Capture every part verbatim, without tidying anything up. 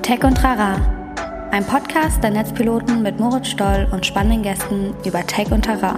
Tech und Trara, ein Podcast der Netzpiloten mit Moritz Stoll und spannenden Gästen über Tech und Trara.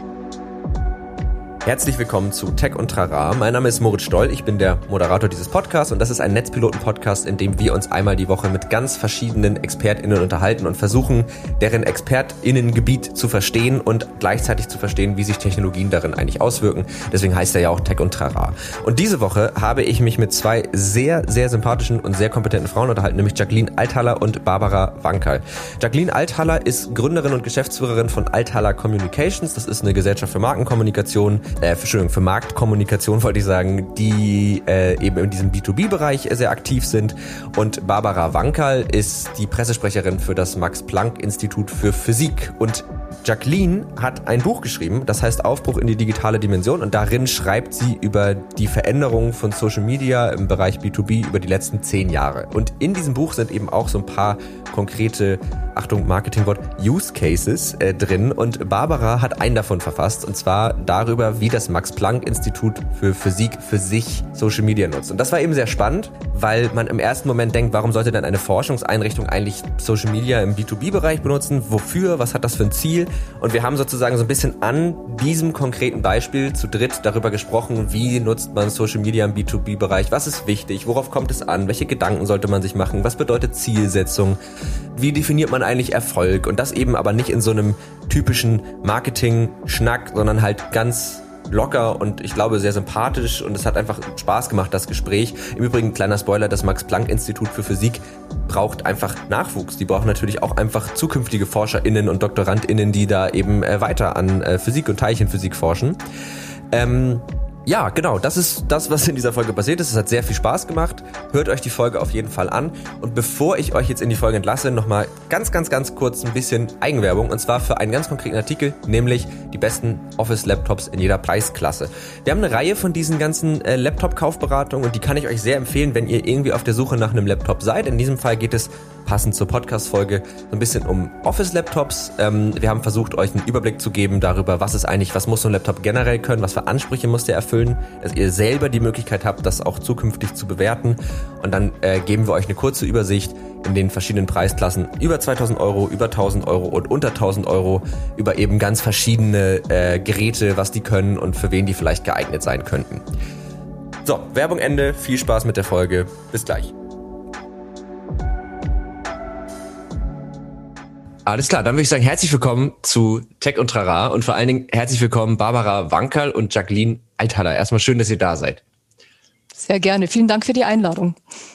Herzlich willkommen zu Tech und Trara. Mein Name ist Moritz Stoll, ich bin der Moderator dieses Podcasts und das ist ein Netzpiloten-Podcast, in dem wir uns einmal die Woche mit ganz verschiedenen ExpertInnen unterhalten und versuchen, deren ExpertInnengebiet zu verstehen und gleichzeitig zu verstehen, wie sich Technologien darin eigentlich auswirken. Deswegen heißt er ja auch Tech und Trara. Und diese Woche habe ich mich mit zwei sehr, sehr sympathischen und sehr kompetenten Frauen unterhalten, nämlich Jacqueline Althaler und Barbara Wankerl. Jacqueline Althaler ist Gründerin und Geschäftsführerin von Althaler Communications. Das ist eine Gesellschaft für Markenkommunikation, Äh, für, Entschuldigung, für Marktkommunikation wollte ich sagen, die äh, eben in diesem B zwei B-Bereich sehr aktiv sind. Und Barbara Wankerl ist die Pressesprecherin für das Max-Planck-Institut für Physik. Und Jacqueline hat ein Buch geschrieben, das heißt Aufbruch in die digitale Dimension. Und darin schreibt sie über die Veränderungen von Social Media im Bereich B zwei B über die letzten zehn Jahre. Und in diesem Buch sind eben auch so ein paar konkrete, Achtung, Marketingwort, Use Cases äh, drin. Und Barbara hat einen davon verfasst, und zwar darüber, wie das Max-Planck-Institut für Physik für sich Social Media nutzt. Und das war eben sehr spannend, weil man im ersten Moment denkt, warum sollte denn eine Forschungseinrichtung eigentlich Social Media im B zwei B-Bereich benutzen? Wofür? Was hat das für ein Ziel? Und wir haben sozusagen so ein bisschen an diesem konkreten Beispiel zu dritt darüber gesprochen, wie nutzt man Social Media im B zwei B-Bereich? Was ist wichtig? Worauf kommt es an? Welche Gedanken sollte man sich machen? Was bedeutet Zielsetzung? Wie definiert man eigentlich Erfolg? Und das eben aber nicht in so einem typischen Marketing-Schnack, sondern halt ganz locker und ich glaube sehr sympathisch, und es hat einfach Spaß gemacht, das Gespräch. Im Übrigen, kleiner Spoiler, das Max-Planck-Institut für Physik braucht einfach Nachwuchs. Die brauchen natürlich auch einfach zukünftige ForscherInnen und DoktorandInnen, die da eben äh, weiter an äh, Physik und Teilchenphysik forschen. Ähm, Ja, genau, das ist das, was in dieser Folge passiert ist. Es hat sehr viel Spaß gemacht. Hört euch die Folge auf jeden Fall an. Und bevor ich euch jetzt in die Folge entlasse, nochmal ganz, ganz, ganz kurz ein bisschen Eigenwerbung. Und zwar für einen ganz konkreten Artikel, nämlich die besten Office-Laptops in jeder Preisklasse. Wir haben eine Reihe von diesen ganzen äh, Laptop-Kaufberatungen und die kann ich euch sehr empfehlen, wenn ihr irgendwie auf der Suche nach einem Laptop seid. In diesem Fall geht es, passend zur Podcast-Folge, so ein bisschen um Office-Laptops. Ähm, wir haben versucht, euch einen Überblick zu geben darüber, was ist eigentlich, was muss so ein Laptop generell können, was für Ansprüche muss der erfüllen, dass ihr selber die Möglichkeit habt, das auch zukünftig zu bewerten. Und dann äh, geben wir euch eine kurze Übersicht in den verschiedenen Preisklassen über zweitausend Euro, über tausend Euro und unter tausend Euro, über eben ganz verschiedene äh, Geräte, was die können und für wen die vielleicht geeignet sein könnten. So, Werbung Ende, viel Spaß mit der Folge, bis gleich. Alles klar, dann würde ich sagen, herzlich willkommen zu Tech und Trara und vor allen Dingen herzlich willkommen Barbara Wankerl und Jacqueline Althaler. Erstmal schön, dass ihr da seid. Sehr gerne. Vielen Dank für die Einladung.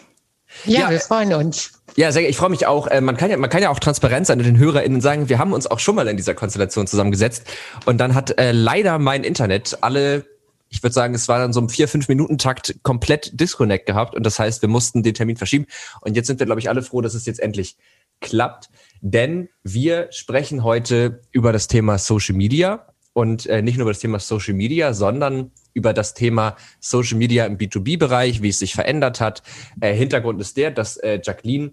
Ja, ja, wir freuen uns. Ja, sehr, ich freue mich auch. Man kann ja, man kann ja auch transparent sein und den HörerInnen sagen, wir haben uns auch schon mal in dieser Konstellation zusammengesetzt und dann hat äh, leider mein Internet alle, ich würde sagen, es war dann so im vier fünf Minuten Takt komplett Disconnect gehabt und das heißt, wir mussten den Termin verschieben und jetzt sind wir, glaube ich, alle froh, dass es jetzt endlich klappt. Denn wir sprechen heute über das Thema Social Media und äh, nicht nur über das Thema Social Media, sondern über das Thema Social Media im B zwei B-Bereich, wie es sich verändert hat. Äh, Hintergrund ist der, dass äh, Jacqueline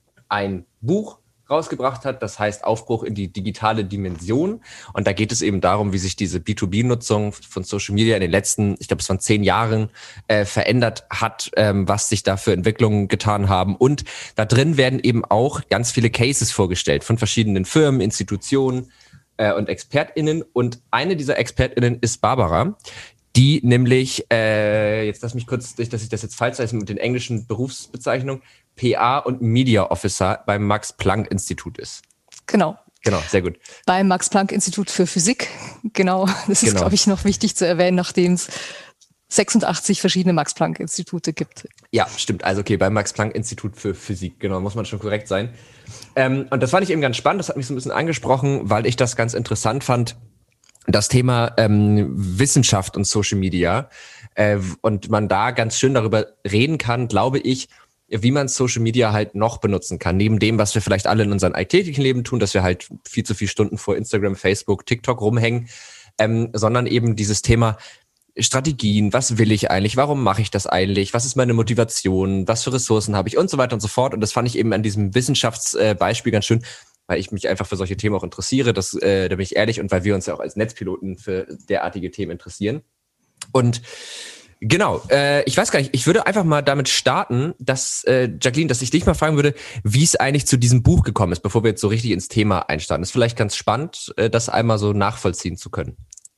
ein Buch rausgebracht hat, das heißt Aufbruch in die digitale Dimension. Und da geht es eben darum, wie sich diese B zwei B-Nutzung von Social Media in den letzten, ich glaube, es waren zehn Jahren äh, verändert hat, ähm, was sich da für Entwicklungen getan haben. Und da drin werden eben auch ganz viele Cases vorgestellt von verschiedenen Firmen, Institutionen äh, und ExpertInnen. Und eine dieser ExpertInnen ist Barbara, die nämlich, äh, jetzt lass mich kurz, dass ich das jetzt falsch sage, mit den englischen Berufsbezeichnungen, P R und Media Officer beim Max-Planck-Institut ist. Genau. Genau, sehr gut. Beim Max-Planck-Institut für Physik, genau. Das ist, genau. glaube ich, noch wichtig zu erwähnen, nachdem es sechsundachtzig verschiedene Max-Planck-Institute gibt. Ja, stimmt. Also okay, beim Max-Planck-Institut für Physik, genau, muss man schon korrekt sein. Ähm, und das fand ich eben ganz spannend, das hat mich so ein bisschen angesprochen, weil ich das ganz interessant fand, das Thema ähm, Wissenschaft und Social Media äh, und man da ganz schön darüber reden kann, glaube ich, wie man Social Media halt noch benutzen kann. Neben dem, was wir vielleicht alle in unserem alltäglichen Leben tun, dass wir halt viel zu viele Stunden vor Instagram, Facebook, TikTok rumhängen, ähm, sondern eben dieses Thema Strategien, was will ich eigentlich, warum mache ich das eigentlich, was ist meine Motivation, was für Ressourcen habe ich und so weiter und so fort. Und das fand ich eben an diesem Wissenschaftsbeispiel ganz schön, weil ich mich einfach für solche Themen auch interessiere, das, äh, da bin ich ehrlich, und weil wir uns ja auch als Netzpiloten für derartige Themen interessieren. Und Genau, äh, ich weiß gar nicht, ich würde einfach mal damit starten, dass, äh, Jacqueline, dass ich dich mal fragen würde, wie es eigentlich zu diesem Buch gekommen ist, bevor wir jetzt so richtig ins Thema einstarten. Ist vielleicht ganz spannend, äh, das einmal so nachvollziehen zu können.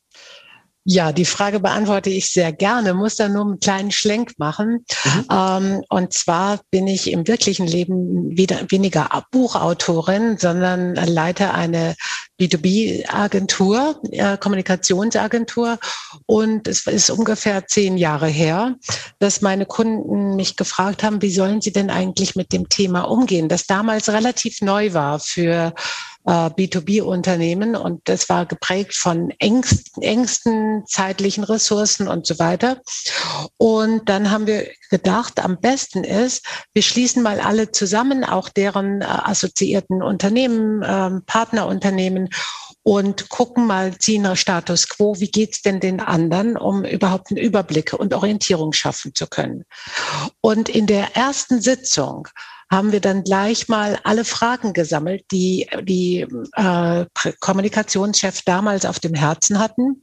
Ja, die Frage beantworte ich sehr gerne, muss da nur einen kleinen Schlenk machen. Mhm. Ähm, und zwar bin ich im wirklichen Leben wieder, weniger Buchautorin, sondern leite eine B zwei B-Agentur, äh, Kommunikationsagentur. Und es ist ungefähr zehn Jahre her, dass meine Kunden mich gefragt haben, wie sollen sie denn eigentlich mit dem Thema umgehen, das damals relativ neu war für B zwei B-Unternehmen und das war geprägt von engsten, engsten zeitlichen Ressourcen und so weiter. Und dann haben wir gedacht, am besten ist, wir schließen mal alle zusammen, auch deren äh, assoziierten Unternehmen, äh, Partnerunternehmen und gucken mal, ziehen einen Status quo, wie geht's denn den anderen, um überhaupt einen Überblick und Orientierung schaffen zu können. Und in der ersten Sitzung haben wir dann gleich mal alle Fragen gesammelt, die die äh, Kommunikationschefs damals auf dem Herzen hatten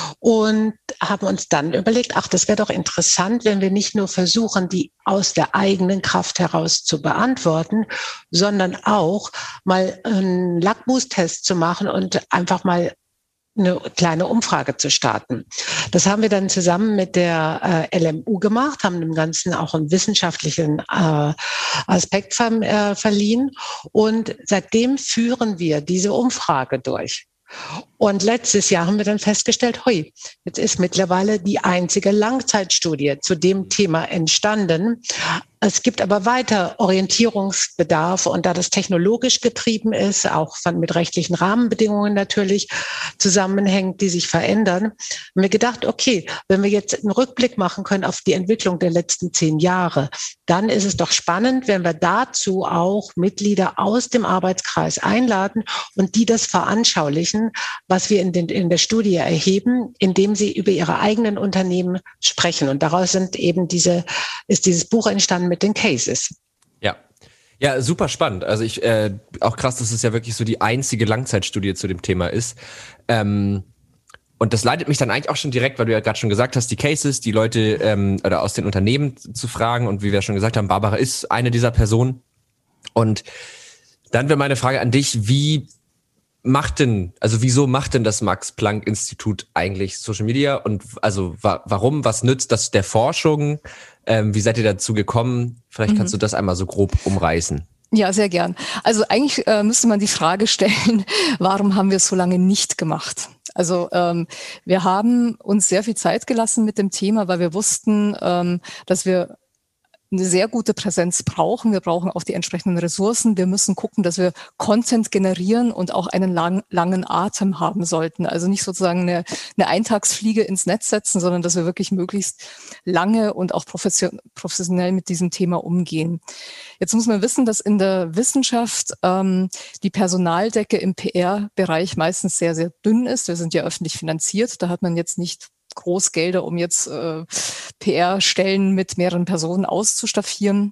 und haben uns dann überlegt, ach, das wäre doch interessant, wenn wir nicht nur versuchen, die aus der eigenen Kraft heraus zu beantworten, sondern auch mal einen Lackmustest zu machen und einfach mal eine kleine Umfrage zu starten. Das haben wir dann zusammen mit der äh, L M U gemacht, haben dem Ganzen auch einen wissenschaftlichen äh, Aspekt ver äh, verliehen und seitdem führen wir diese Umfrage durch. Und letztes Jahr haben wir dann festgestellt, hui, jetzt ist mittlerweile die einzige Langzeitstudie zu dem Thema entstanden. Es gibt aber weiter Orientierungsbedarf und da das technologisch getrieben ist, auch von, mit rechtlichen Rahmenbedingungen natürlich zusammenhängt, die sich verändern, haben wir gedacht, okay, wenn wir jetzt einen Rückblick machen können auf die Entwicklung der letzten zehn Jahre, dann ist es doch spannend, wenn wir dazu auch Mitglieder aus dem Arbeitskreis einladen und die das veranschaulichen, was wir in, den, in der Studie erheben, indem sie über ihre eigenen Unternehmen sprechen. Und daraus sind eben diese, ist dieses Buch entstanden mit den Cases. Ja. Ja, super spannend. Also ich, äh, auch krass, dass es ja wirklich so die einzige Langzeitstudie zu dem Thema ist. Ähm, und das leitet mich dann eigentlich auch schon direkt, weil du ja gerade schon gesagt hast, die Cases, die Leute ähm, oder aus den Unternehmen zu fragen. Und wie wir schon gesagt haben, Barbara ist eine dieser Personen. Und dann wäre meine Frage an dich, wie macht denn, also wieso macht denn das Max-Planck-Institut eigentlich Social Media und also wa- warum, was nützt das der Forschung? Ähm, wie seid ihr dazu gekommen? Vielleicht mhm. kannst du das einmal so grob umreißen. Ja, sehr gern. Also eigentlich äh, müsste man die Frage stellen, warum haben wir es so lange nicht gemacht? Also ähm, wir haben uns sehr viel Zeit gelassen mit dem Thema, weil wir wussten, ähm, dass wir eine sehr gute Präsenz brauchen. Wir brauchen auch die entsprechenden Ressourcen. Wir müssen gucken, dass wir Content generieren und auch einen lang, langen Atem haben sollten. Also nicht sozusagen eine, eine Eintagsfliege ins Netz setzen, sondern dass wir wirklich möglichst lange und auch professionell mit diesem Thema umgehen. Jetzt muss man wissen, dass in der Wissenschaft ähm, die Personaldecke im P R-Bereich meistens sehr, sehr dünn ist. Wir sind ja öffentlich finanziert. Da hat man jetzt nicht Großgelder, um jetzt äh, P R-Stellen mit mehreren Personen auszustaffieren.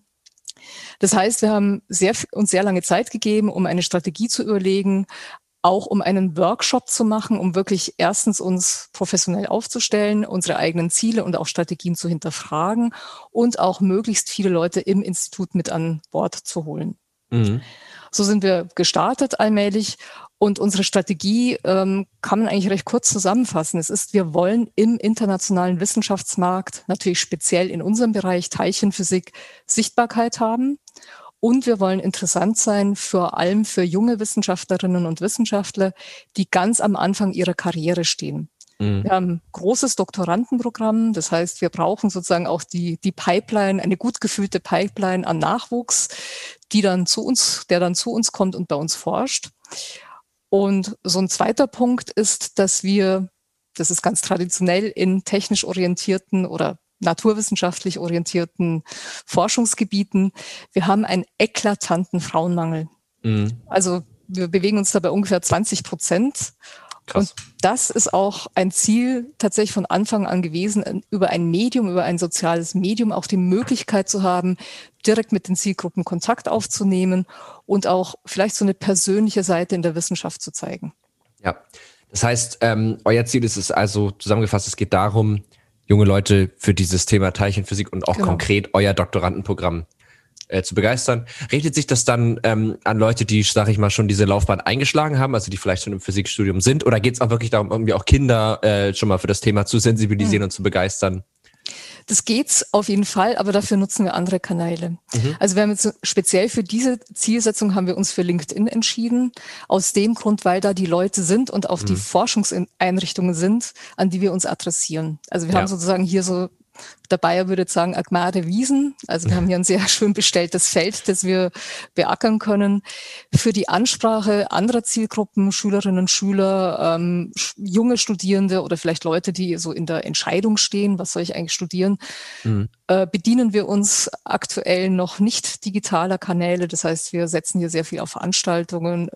Das heißt, wir haben sehr, uns sehr lange Zeit gegeben, um eine Strategie zu überlegen, auch um einen Workshop zu machen, um wirklich erstens uns professionell aufzustellen, unsere eigenen Ziele und auch Strategien zu hinterfragen und auch möglichst viele Leute im Institut mit an Bord zu holen. Mhm. So sind wir gestartet allmählich. Und unsere Strategie ähm, kann man eigentlich recht kurz zusammenfassen. Es ist, wir wollen im internationalen Wissenschaftsmarkt, natürlich speziell in unserem Bereich Teilchenphysik, Sichtbarkeit haben. Und wir wollen interessant sein, vor allem für junge Wissenschaftlerinnen und Wissenschaftler, die ganz am Anfang ihrer Karriere stehen. Mhm. Wir haben ein großes Doktorandenprogramm. Das heißt, wir brauchen sozusagen auch die, die Pipeline, eine gut gefüllte Pipeline an Nachwuchs, die dann zu uns, der dann zu uns kommt und bei uns forscht. Und so ein zweiter Punkt ist, dass wir, das ist ganz traditionell in technisch orientierten oder naturwissenschaftlich orientierten Forschungsgebieten, wir haben einen eklatanten Frauenmangel. Mhm. Also wir bewegen uns da bei ungefähr zwanzig Prozent. Krass. Und das ist auch ein Ziel tatsächlich von Anfang an gewesen, über ein Medium, über ein soziales Medium auch die Möglichkeit zu haben, direkt mit den Zielgruppen Kontakt aufzunehmen und auch vielleicht so eine persönliche Seite in der Wissenschaft zu zeigen. Ja, das heißt, ähm, euer Ziel ist es also zusammengefasst, es geht darum, junge Leute für dieses Thema Teilchenphysik und auch genau. konkret euer Doktorandenprogramm äh, zu begeistern. Richtet sich das dann ähm, an Leute, die, sag ich mal, schon diese Laufbahn eingeschlagen haben, also die vielleicht schon im Physikstudium sind, oder geht es auch wirklich darum, irgendwie auch Kinder äh, schon mal für das Thema zu sensibilisieren mhm. und zu begeistern? Das geht's auf jeden Fall, aber dafür nutzen wir andere Kanäle. Mhm. Also wir haben jetzt speziell für diese Zielsetzung haben wir uns für LinkedIn entschieden. Aus dem Grund, weil da die Leute sind und auch mhm. die Forschungseinrichtungen sind, an die wir uns adressieren. Also wir ja. haben sozusagen hier so, der Bayer würde jetzt sagen, Agmade Wiesen. Also wir haben hier ein sehr schön bestelltes Feld, das wir beackern können. Für die Ansprache anderer Zielgruppen, Schülerinnen und Schüler, ähm, junge Studierende oder vielleicht Leute, die so in der Entscheidung stehen, was soll ich eigentlich studieren, mhm. äh, bedienen wir uns aktuell noch nicht digitaler Kanäle. Das heißt, wir setzen hier sehr viel auf Veranstaltungen.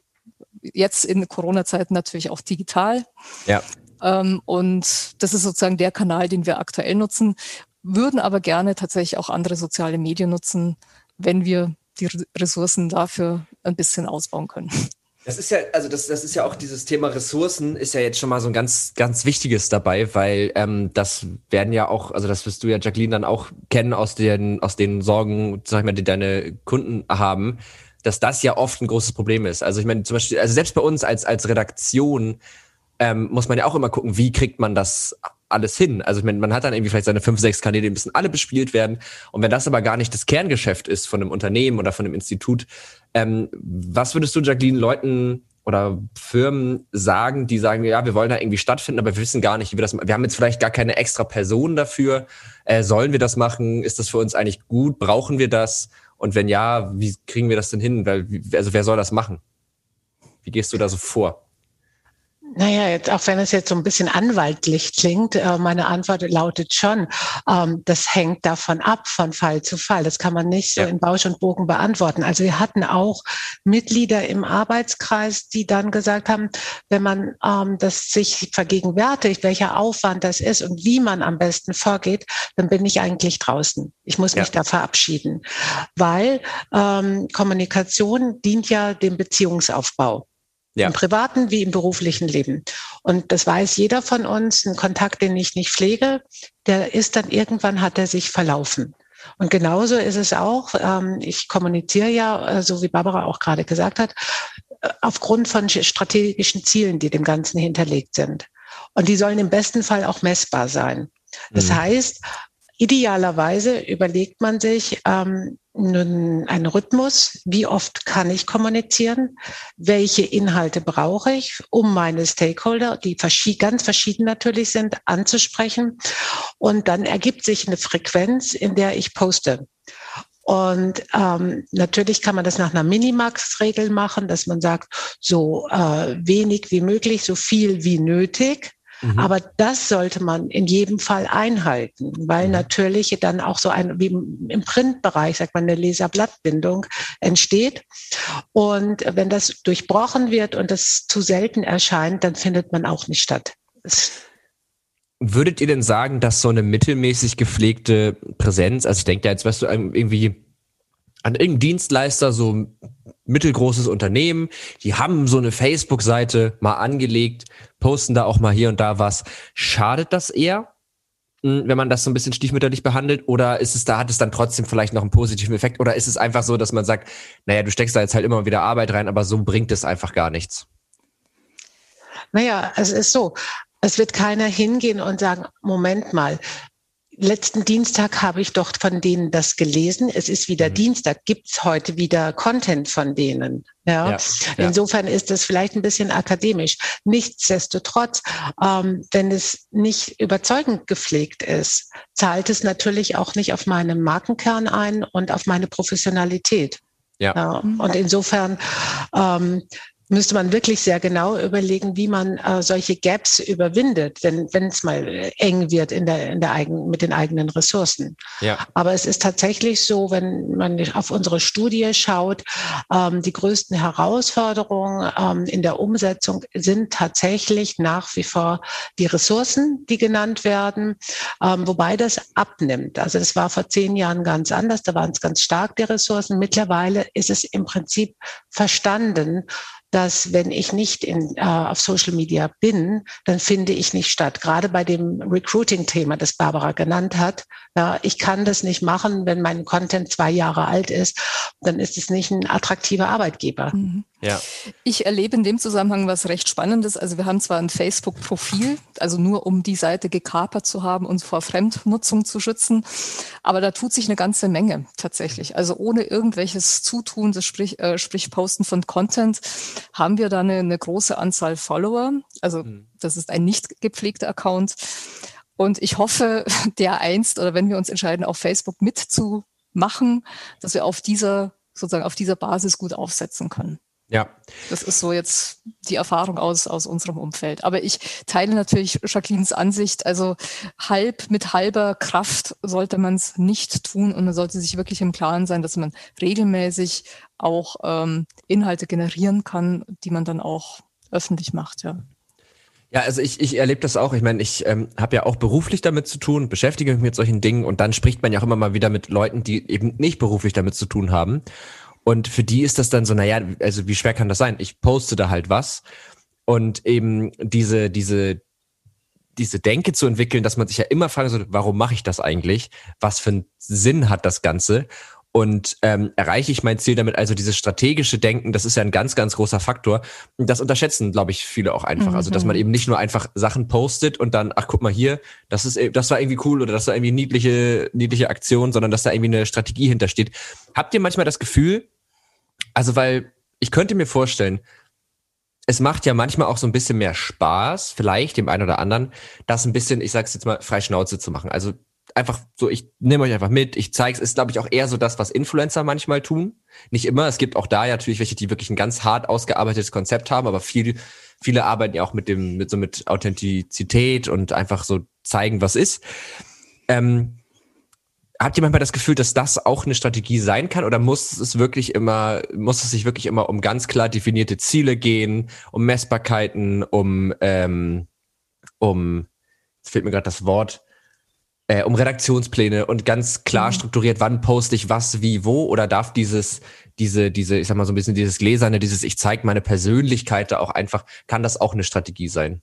Jetzt in Corona-Zeiten natürlich auch digital. Ja. Ähm, und das ist sozusagen der Kanal, den wir aktuell nutzen, würden aber gerne tatsächlich auch andere soziale Medien nutzen, wenn wir die Ressourcen dafür ein bisschen ausbauen können. Das ist ja, also das, das ist ja auch dieses Thema Ressourcen ist ja jetzt schon mal so ein ganz, ganz wichtiges dabei, weil ähm, das werden ja auch, also das wirst du ja, Jacqueline, dann auch kennen aus den, aus den Sorgen, sag ich mal, die deine Kunden haben, dass das ja oft ein großes Problem ist. Also ich meine, zum Beispiel, also selbst bei uns als, als Redaktion Ähm, muss man ja auch immer gucken, wie kriegt man das alles hin. Also ich meine, man hat dann irgendwie vielleicht seine fünf, sechs Kanäle, die müssen alle bespielt werden. Und wenn das aber gar nicht das Kerngeschäft ist von einem Unternehmen oder von einem Institut, ähm, was würdest du, Jacqueline, Leuten oder Firmen sagen, die sagen, ja, wir wollen da irgendwie stattfinden, aber wir wissen gar nicht, wie wir das machen. Wir haben jetzt vielleicht gar keine extra Person dafür. Äh, sollen wir das machen? Ist das für uns eigentlich gut? Brauchen wir das? Und wenn ja, wie kriegen wir das denn hin? Weil, also wer soll das machen? Wie gehst du da so vor? Naja, jetzt, auch wenn es jetzt so ein bisschen anwaltlich klingt, äh, meine Antwort lautet schon, ähm, das hängt davon ab, von Fall zu Fall. Das kann man nicht so ja. in Bausch und Bogen beantworten. Also wir hatten auch Mitglieder im Arbeitskreis, die dann gesagt haben, wenn man ähm, das sich vergegenwärtigt, welcher Aufwand das ist und wie man am besten vorgeht, dann bin ich eigentlich draußen. Ich muss mich ja. da verabschieden, weil ähm, Kommunikation dient ja dem Beziehungsaufbau. Ja. Im privaten wie im beruflichen Leben. Und das weiß jeder von uns. Ein Kontakt, den ich nicht pflege, der ist dann irgendwann, hat er sich verlaufen. Und genauso ist es auch. Ähm, ich kommuniziere ja, so wie Barbara auch gerade gesagt hat, aufgrund von strategischen Zielen, die dem Ganzen hinterlegt sind. Und die sollen im besten Fall auch messbar sein. Das mhm. heißt, idealerweise überlegt man sich ähm, einen Rhythmus, wie oft kann ich kommunizieren, welche Inhalte brauche ich, um meine Stakeholder, die verschied- ganz verschieden natürlich sind, anzusprechen. Und dann ergibt sich eine Frequenz, in der ich poste. Und ähm, natürlich kann man das nach einer Minimax-Regel machen, dass man sagt, so äh, wenig wie möglich, so viel wie nötig. Mhm. Aber das sollte man in jedem Fall einhalten, weil mhm. natürlich dann auch so ein, wie im Printbereich, sagt man, eine Leserblattbindung entsteht. Und wenn das durchbrochen wird und das zu selten erscheint, dann findet man auch nicht statt. Das Würdet ihr denn sagen, dass so eine mittelmäßig gepflegte Präsenz, also ich denke da jetzt, weißt du, irgendwie an irgendeinen Dienstleister, so ein mittelgroßes Unternehmen, die haben so eine Facebook-Seite mal angelegt, posten da auch mal hier und da was. Schadet das eher, wenn man das so ein bisschen stiefmütterlich behandelt? Oder ist es da, hat es dann trotzdem vielleicht noch einen positiven Effekt? Oder ist es einfach so, dass man sagt, naja, du steckst da jetzt halt immer wieder Arbeit rein, aber so bringt es einfach gar nichts? Naja, es ist so. Es wird keiner hingehen und sagen, Moment mal, letzten Dienstag habe ich doch von denen das gelesen. Es ist wieder mhm. Dienstag. Gibt's heute wieder Content von denen? Ja. ja, ja. Insofern ist das vielleicht ein bisschen akademisch. Nichtsdestotrotz, ähm, wenn es nicht überzeugend gepflegt ist, zahlt es natürlich auch nicht auf meinen Markenkern ein und auf meine Professionalität. Ja. ja und insofern ähm, müsste man wirklich sehr genau überlegen, wie man äh, solche Gaps überwindet, wenn wenn es mal eng wird in der in der eigenen mit den eigenen Ressourcen. Ja. Aber es ist tatsächlich so, wenn man auf unsere Studie schaut, ähm, die größten Herausforderungen ähm, in der Umsetzung sind tatsächlich nach wie vor die Ressourcen, die genannt werden, ähm, wobei das abnimmt. Also das war vor zehn Jahren ganz anders. Da waren es ganz stark die Ressourcen. Mittlerweile ist es im Prinzip verstanden, dass wenn ich nicht in, äh, auf Social Media bin, dann finde ich nicht statt. Gerade bei dem Recruiting-Thema, das Barbara genannt hat. Ja, ich kann das nicht machen, wenn mein Content zwei Jahre alt ist. Dann ist es nicht ein attraktiver Arbeitgeber. Mhm. Ja. Ich erlebe in dem Zusammenhang was recht Spannendes. Also wir haben zwar ein Facebook-Profil, also nur um die Seite gekapert zu haben und vor Fremdnutzung zu schützen, aber da tut sich eine ganze Menge tatsächlich. Also ohne irgendwelches Zutun, das sprich, äh, sprich Posten von Content, haben wir da eine, eine große Anzahl Follower. Also das ist ein nicht gepflegter Account. Und ich hoffe, der einst, oder wenn wir uns entscheiden, auf Facebook mitzumachen, dass wir auf dieser, sozusagen auf dieser Basis gut aufsetzen können. Ja. Das ist so jetzt die Erfahrung aus, aus unserem Umfeld. Aber ich teile natürlich Jacquelines Ansicht. Also halb mit halber Kraft sollte man es nicht tun und man sollte sich wirklich im Klaren sein, dass man regelmäßig auch ähm, Inhalte generieren kann, die man dann auch öffentlich macht, ja. Ja, also ich, ich erlebe das auch. Ich meine, ich ähm, habe ja auch beruflich damit zu tun, beschäftige mich mit solchen Dingen und dann spricht man ja auch immer mal wieder mit Leuten, die eben nicht beruflich damit zu tun haben. Und für die ist das dann so, naja, also wie schwer kann das sein? Ich poste da halt was. Und eben diese, diese, diese Denke zu entwickeln, dass man sich ja immer fragen sollte, warum mache ich das eigentlich? Was für einen Sinn hat das Ganze? Und ähm, erreiche ich mein Ziel damit? Also dieses strategische Denken, das ist ja ein ganz, ganz großer Faktor. Und das unterschätzen, glaube ich, viele auch einfach. Mhm. Also, dass man eben nicht nur einfach Sachen postet und dann, ach, guck mal hier, das ist, das war irgendwie cool oder das war irgendwie niedliche, niedliche Aktion, sondern dass da irgendwie eine Strategie hintersteht. Habt ihr manchmal das Gefühl, also weil ich könnte mir vorstellen, es macht ja manchmal auch so ein bisschen mehr Spaß, vielleicht dem einen oder anderen, das ein bisschen, ich sag's jetzt mal, frei Schnauze zu machen. Also einfach so, ich nehme euch einfach mit, ich zeig's, ist glaube ich auch eher so das, was Influencer manchmal tun. Nicht immer, es gibt auch da ja natürlich welche, die wirklich ein ganz hart ausgearbeitetes Konzept haben, aber viel, viele arbeiten ja auch mit dem, mit so mit Authentizität und einfach so zeigen, was ist. Ähm, habt ihr manchmal das Gefühl, dass das auch eine Strategie sein kann oder muss es wirklich immer, muss es sich wirklich immer um ganz klar definierte Ziele gehen, um Messbarkeiten, um, ähm, um, jetzt fehlt mir gerade das Wort, Äh, um Redaktionspläne und ganz klar strukturiert, wann poste ich was, wie, wo, oder darf dieses, diese, diese, ich sag mal so ein bisschen dieses Gläserne, dieses ich zeige meine Persönlichkeit da auch einfach, kann das auch eine Strategie sein?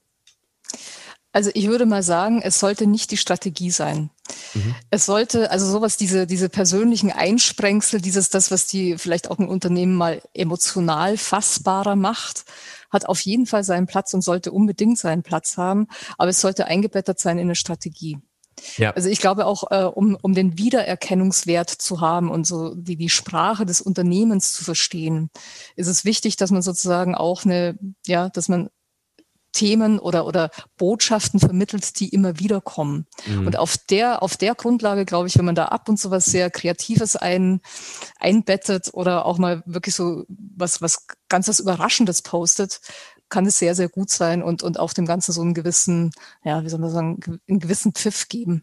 Also ich würde mal sagen, es sollte nicht die Strategie sein. Mhm. Es sollte, also sowas, diese, diese persönlichen Einsprengsel, dieses, das, was die vielleicht auch ein Unternehmen mal emotional fassbarer macht, hat auf jeden Fall seinen Platz und sollte unbedingt seinen Platz haben, aber es sollte eingebettet sein in eine Strategie. Ja. Also ich glaube auch, äh, um, um den Wiedererkennungswert zu haben und so die, die Sprache des Unternehmens zu verstehen, ist es wichtig, dass man sozusagen auch eine, ja, dass man Themen oder, oder Botschaften vermittelt, die immer wieder kommen. Mhm. Und auf der, auf der Grundlage, glaube ich, wenn man da ab und zu was sehr Kreatives ein, einbettet oder auch mal wirklich so was, was ganz was Überraschendes postet, kann es sehr, sehr gut sein und, und auch dem Ganzen so einen gewissen, ja, wie soll man sagen, einen gewissen Pfiff geben.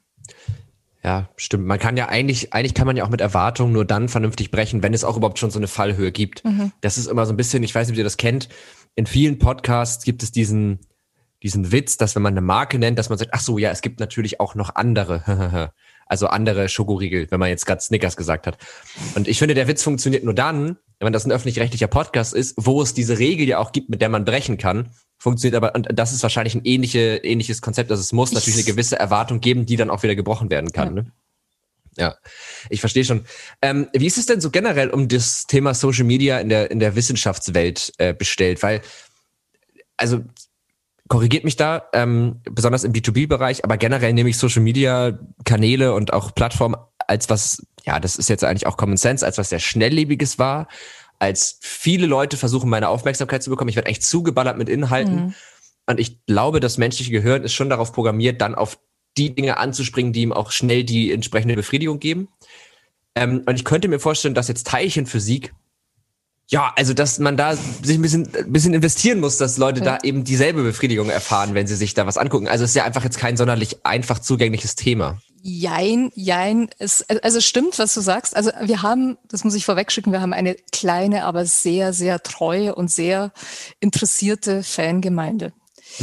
Ja, stimmt. Man kann ja eigentlich, eigentlich kann man ja auch mit Erwartungen nur dann vernünftig brechen, wenn es auch überhaupt schon so eine Fallhöhe gibt. Mhm. Das ist immer so ein bisschen, ich weiß nicht, ob ihr das kennt, in vielen Podcasts gibt es diesen, diesen Witz, dass wenn man eine Marke nennt, dass man sagt, ach so, ja, es gibt natürlich auch noch andere, also andere Schokoriegel, wenn man jetzt gerade Snickers gesagt hat. Und ich finde, der Witz funktioniert nur dann, wenn das ein öffentlich-rechtlicher Podcast ist, wo es diese Regel ja auch gibt, mit der man brechen kann, funktioniert aber, und das ist wahrscheinlich ein ähnliche, ähnliches Konzept, also es muss ich natürlich eine gewisse Erwartung geben, die dann auch wieder gebrochen werden kann, ja. Ne? Ja, ich verstehe schon. Ähm, wie ist es denn so generell um das Thema Social Media in der, in der Wissenschaftswelt äh, bestellt? Weil, also, korrigiert mich da, ähm, besonders im B zwei B-Bereich, aber generell nehme ich Social-Media-Kanäle und auch Plattformen als was, ja, das ist jetzt eigentlich auch Common Sense, als was sehr Schnelllebiges war, als viele Leute versuchen, meine Aufmerksamkeit zu bekommen. Ich werde echt zugeballert mit Inhalten. Mhm. Und ich glaube, das menschliche Gehirn ist schon darauf programmiert, dann auf die Dinge anzuspringen, die ihm auch schnell die entsprechende Befriedigung geben. Ähm, und ich könnte mir vorstellen, dass jetzt Teilchenphysik, ja, also dass man da sich ein bisschen, ein bisschen investieren muss, dass Leute ja. da eben dieselbe Befriedigung erfahren, wenn sie sich da was angucken. Also es ist ja einfach jetzt kein sonderlich einfach zugängliches Thema. Jein, jein. Es, also stimmt, was du sagst. Also wir haben, das muss ich vorwegschicken, wir haben eine kleine, aber sehr, sehr treue und sehr interessierte Fangemeinde. Mhm.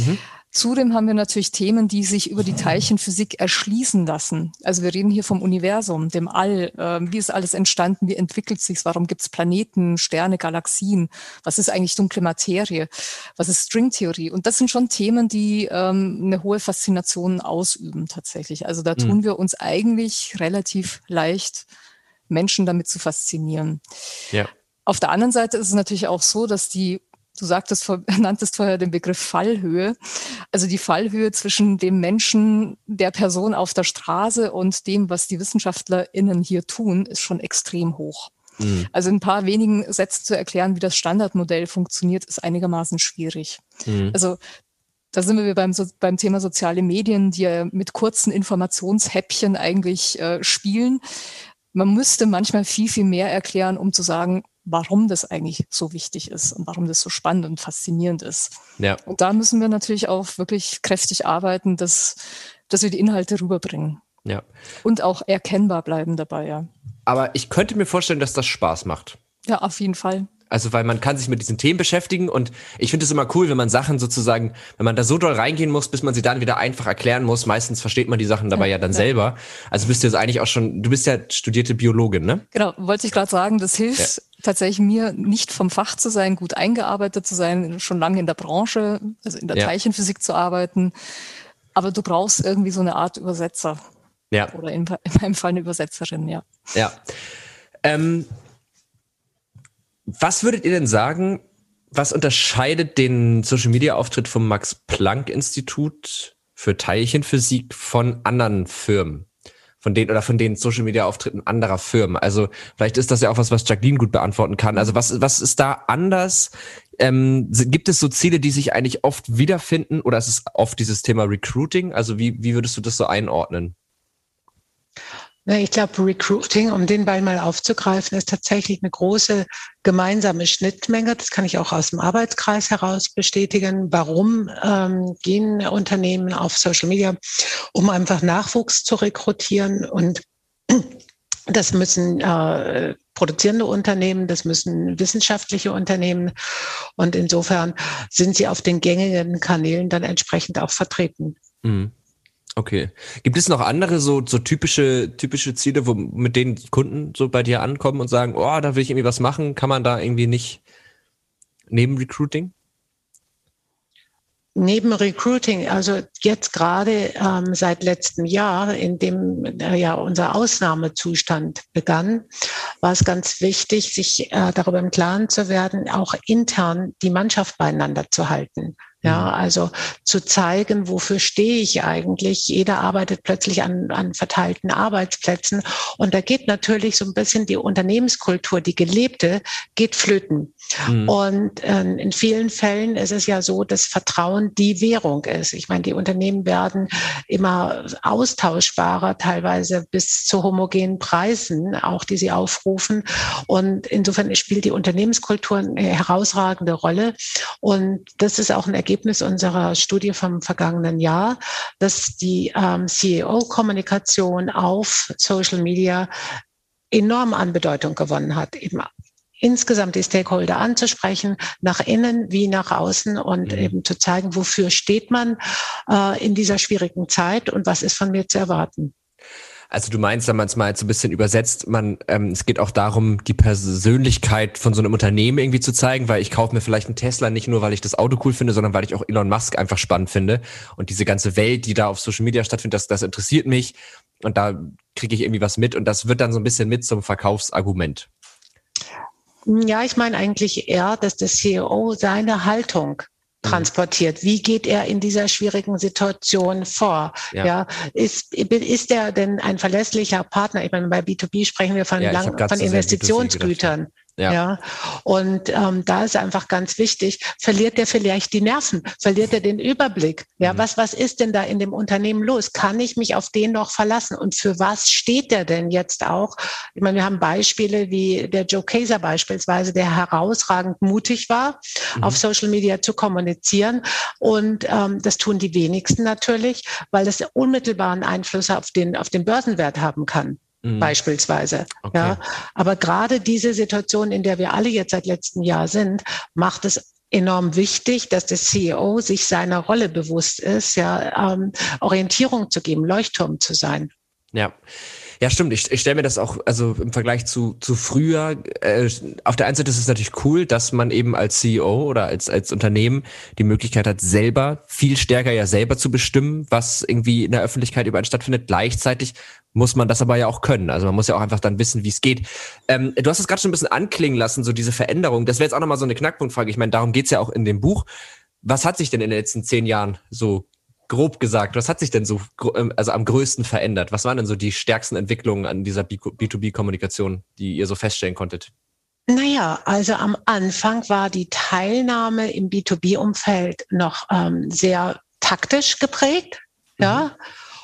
Zudem haben wir natürlich Themen, die sich über die Teilchenphysik erschließen lassen. Also wir reden hier vom Universum, dem All. Äh, wie ist alles entstanden? Wie entwickelt sich's? Warum gibt's Planeten, Sterne, Galaxien? Was ist eigentlich dunkle Materie? Was ist Stringtheorie? Und das sind schon Themen, die ähm, eine hohe Faszination ausüben tatsächlich. Also da tun mhm. wir uns eigentlich relativ leicht, Menschen damit zu faszinieren. Ja. Auf der anderen Seite ist es natürlich auch so, dass die Du sagtest, nanntest vorher den Begriff Fallhöhe. Also die Fallhöhe zwischen dem Menschen, der Person auf der Straße und dem, was die WissenschaftlerInnen hier tun, ist schon extrem hoch. Mhm. Also in ein paar wenigen Sätzen zu erklären, wie das Standardmodell funktioniert, ist einigermaßen schwierig. Mhm. Also da sind wir beim, beim Thema soziale Medien, die ja mit kurzen Informationshäppchen eigentlich äh, spielen. Man müsste manchmal viel, viel mehr erklären, um zu sagen, warum das eigentlich so wichtig ist und warum das so spannend und faszinierend ist. Ja. Und da müssen wir natürlich auch wirklich kräftig arbeiten, dass, dass wir die Inhalte rüberbringen. Ja. Und auch erkennbar bleiben dabei, ja. Aber ich könnte mir vorstellen, dass das Spaß macht. Ja, auf jeden Fall. Also, weil man kann sich mit diesen Themen beschäftigen und ich finde es immer cool, wenn man Sachen sozusagen, wenn man da so doll reingehen muss, bis man sie dann wieder einfach erklären muss. Meistens versteht man die Sachen dabei ja, ja dann ja. selber. Also bist du jetzt eigentlich auch schon, du bist ja studierte Biologin, ne? Genau, wollte ich gerade sagen, das hilft ja. tatsächlich mir, nicht vom Fach zu sein, gut eingearbeitet zu sein, schon lange in der Branche, also in der ja. Teilchenphysik zu arbeiten. Aber du brauchst irgendwie so eine Art Übersetzer. Ja. Oder in, in meinem Fall eine Übersetzerin, ja. Ja. Ähm, Was würdet ihr denn sagen, was unterscheidet den Social-Media-Auftritt vom Max-Planck-Institut für Teilchenphysik von anderen Firmen? Von denen oder von den Social-Media-Auftritten anderer Firmen? Also vielleicht ist das ja auch was, was Jacqueline gut beantworten kann. Also was, was ist da anders? Ähm, gibt es so Ziele, die sich eigentlich oft wiederfinden? Oder ist es oft dieses Thema Recruiting? Also wie, wie würdest du das so einordnen? Ich glaube, Recruiting, um den Ball mal aufzugreifen, ist tatsächlich eine große gemeinsame Schnittmenge. Das kann ich auch aus dem Arbeitskreis heraus bestätigen. Warum ähm, gehen Unternehmen auf Social Media? Um einfach Nachwuchs zu rekrutieren. Und das müssen äh, produzierende Unternehmen, das müssen wissenschaftliche Unternehmen. Und insofern sind sie auf den gängigen Kanälen dann entsprechend auch vertreten. Mhm. Okay. Gibt es noch andere so so typische typische Ziele, wo mit denen Kunden so bei dir ankommen und sagen, oh, da will ich irgendwie was machen? Kann man da irgendwie nicht neben Recruiting? Neben Recruiting, also jetzt gerade ähm, seit letztem Jahr, in dem äh, ja unser Ausnahmezustand begann, war es ganz wichtig, sich äh, darüber im Klaren zu werden, auch intern die Mannschaft beieinander zu halten. Ja, also zu zeigen, wofür stehe ich eigentlich? Jeder arbeitet plötzlich an, an verteilten Arbeitsplätzen. Und da geht natürlich so ein bisschen die Unternehmenskultur, die gelebte, geht flöten. Mhm. Und äh, in vielen Fällen ist es ja so, dass Vertrauen die Währung ist. Ich meine, die Unternehmen werden immer austauschbarer, teilweise bis zu homogenen Preisen, auch die sie aufrufen. Und insofern spielt die Unternehmenskultur eine herausragende Rolle. Und das ist auch ein Ergebnis Ergebnis unserer Studie vom vergangenen Jahr, dass die ähm, C E O-Kommunikation auf Social Media enorm an Bedeutung gewonnen hat, eben insgesamt die Stakeholder anzusprechen, nach innen wie nach außen und mhm. eben zu zeigen, wofür steht man äh, in dieser schwierigen Zeit und was ist von mir zu erwarten. Also du meinst, wenn man es mal so ein bisschen übersetzt, man, ähm, es geht auch darum, die Persönlichkeit von so einem Unternehmen irgendwie zu zeigen, weil ich kaufe mir vielleicht einen Tesla nicht nur, weil ich das Auto cool finde, sondern weil ich auch Elon Musk einfach spannend finde. Und diese ganze Welt, die da auf Social Media stattfindet, das, das interessiert mich. Und da kriege ich irgendwie was mit. Und das wird dann so ein bisschen mit zum Verkaufsargument. Ja, ich meine eigentlich eher, dass der C E O seine Haltung transportiert. Wie geht er in dieser schwierigen Situation vor? Ja, ja ist, ist er denn ein verlässlicher Partner? Ich meine, bei B zwei B sprechen wir von, ja, lang, von Investitionsgütern. Ja. ja. Und ähm, da ist einfach ganz wichtig, verliert er vielleicht die Nerven? Verliert er den Überblick? Ja, mhm. was, was ist denn da in dem Unternehmen los? Kann ich mich auf den noch verlassen? Und für was steht der denn jetzt auch? Ich meine, wir haben Beispiele wie der Joe Kaeser beispielsweise, der herausragend mutig war, mhm. auf Social Media zu kommunizieren. Und ähm, das tun die wenigsten natürlich, weil es unmittelbaren Einfluss auf den, auf den Börsenwert haben kann. Mhm. Beispielsweise. Okay. Ja. Aber gerade diese Situation, in der wir alle jetzt seit letztem Jahr sind, macht es enorm wichtig, dass der C E O sich seiner Rolle bewusst ist, ja, ähm, Orientierung zu geben, Leuchtturm zu sein. Ja. Ja, stimmt. Ich, ich stelle mir das auch, also im Vergleich zu zu früher, äh, auf der einen Seite ist es natürlich cool, dass man eben als C E O oder als als Unternehmen die Möglichkeit hat, selber viel stärker ja selber zu bestimmen, was irgendwie in der Öffentlichkeit überall stattfindet. Gleichzeitig muss man das aber ja auch können. Also man muss ja auch einfach dann wissen, wie es geht. Ähm, du hast es gerade schon ein bisschen anklingen lassen, so diese Veränderung. Das wäre jetzt auch nochmal so eine Knackpunktfrage. Ich meine, darum geht's ja auch in dem Buch. Was hat sich denn in den letzten zehn Jahren so grob gesagt, was hat sich denn so also am größten verändert? Was waren denn so die stärksten Entwicklungen an dieser B zwei B-Kommunikation, die ihr so feststellen konntet? Naja, also am Anfang war die Teilnahme im B zwei B-Umfeld noch ähm, sehr taktisch geprägt, mhm. ja,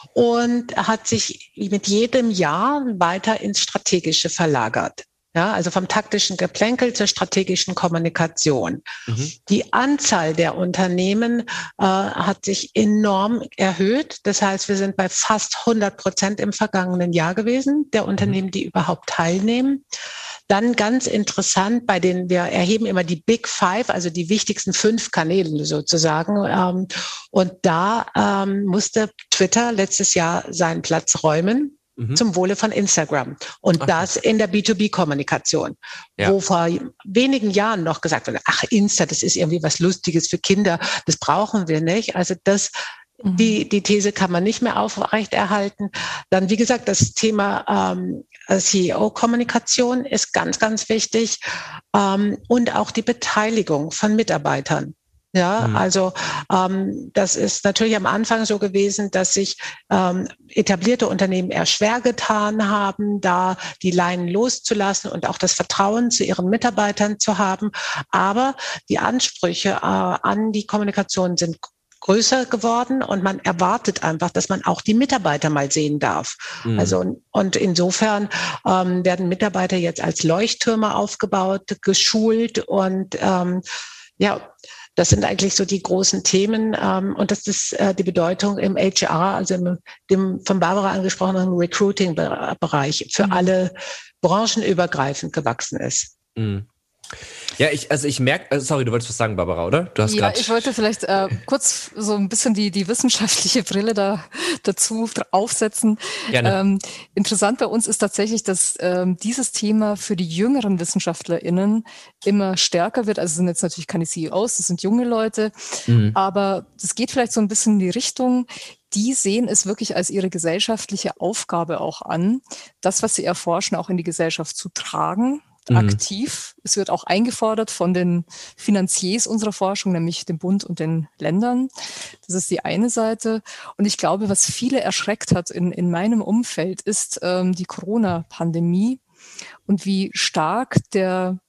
und hat sich mit jedem Jahr weiter ins Strategische verlagert. Ja, also vom taktischen Geplänkel zur strategischen Kommunikation. Mhm. Die Anzahl der Unternehmen äh, hat sich enorm erhöht. Das heißt, wir sind bei fast hundert Prozent im vergangenen Jahr gewesen, der Unternehmen, die überhaupt teilnehmen. Dann ganz interessant, bei den, wir erheben immer die Big Five, also die wichtigsten fünf Kanäle sozusagen. Ähm, und da ähm, musste Twitter letztes Jahr seinen Platz räumen. Mhm. Zum Wohle von Instagram. Und ach, das in der B zwei B-Kommunikation, ja. Wo vor wenigen Jahren noch gesagt wurde, ach, Insta, das ist irgendwie was Lustiges für Kinder, das brauchen wir nicht. Also das, mhm. die, die These kann man nicht mehr aufrechterhalten. Dann, wie gesagt, das Thema ähm, C E O-Kommunikation ist ganz, ganz wichtig. Ähm, und auch die Beteiligung von Mitarbeitern. Ja, mhm. also ähm, das ist natürlich am Anfang so gewesen, dass sich ähm, etablierte Unternehmen eher schwer getan haben, da die Leinen loszulassen und auch das Vertrauen zu ihren Mitarbeitern zu haben. Aber die Ansprüche äh, an die Kommunikation sind größer geworden und man erwartet einfach, dass man auch die Mitarbeiter mal sehen darf. Mhm. Also und insofern ähm, werden Mitarbeiter jetzt als Leuchttürme aufgebaut, geschult und ähm, ja, das sind eigentlich so die großen Themen ähm, und das ist äh, die Bedeutung im H R, also im dem von Barbara angesprochenen Recruiting-Bereich für mhm. alle branchenübergreifend gewachsen ist. Mhm. Ja, ich, also ich merke, also sorry, du wolltest was sagen, Barbara, oder? Du hast ja, grad ich wollte vielleicht äh, kurz so ein bisschen die die wissenschaftliche Brille da dazu aufsetzen. Ähm, interessant bei uns ist tatsächlich, dass ähm, dieses Thema für die jüngeren WissenschaftlerInnen immer stärker wird. Also es sind jetzt natürlich keine C E Os, das sind junge Leute, mhm. aber das geht vielleicht so ein bisschen in die Richtung, die sehen es wirklich als ihre gesellschaftliche Aufgabe auch an, das, was sie erforschen, auch in die Gesellschaft zu tragen. Aktiv. Mhm. Es wird auch eingefordert von den Finanziers unserer Forschung, nämlich dem Bund und den Ländern. Das ist die eine Seite. Und ich glaube, was viele erschreckt hat in, in meinem Umfeld, ist ähm, die Corona-Pandemie und wie stark der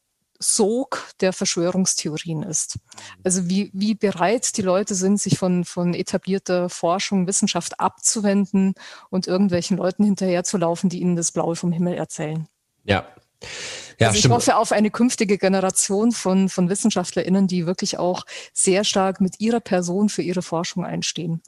Sog der Verschwörungstheorien ist. Also wie, wie bereit die Leute sind, sich von, von etablierter Forschung, Wissenschaft abzuwenden und irgendwelchen Leuten hinterherzulaufen, die ihnen das Blaue vom Himmel erzählen. Ja. Ja, also ich hoffe auf eine künftige Generation von, von WissenschaftlerInnen, die wirklich auch sehr stark mit ihrer Person für ihre Forschung einstehen.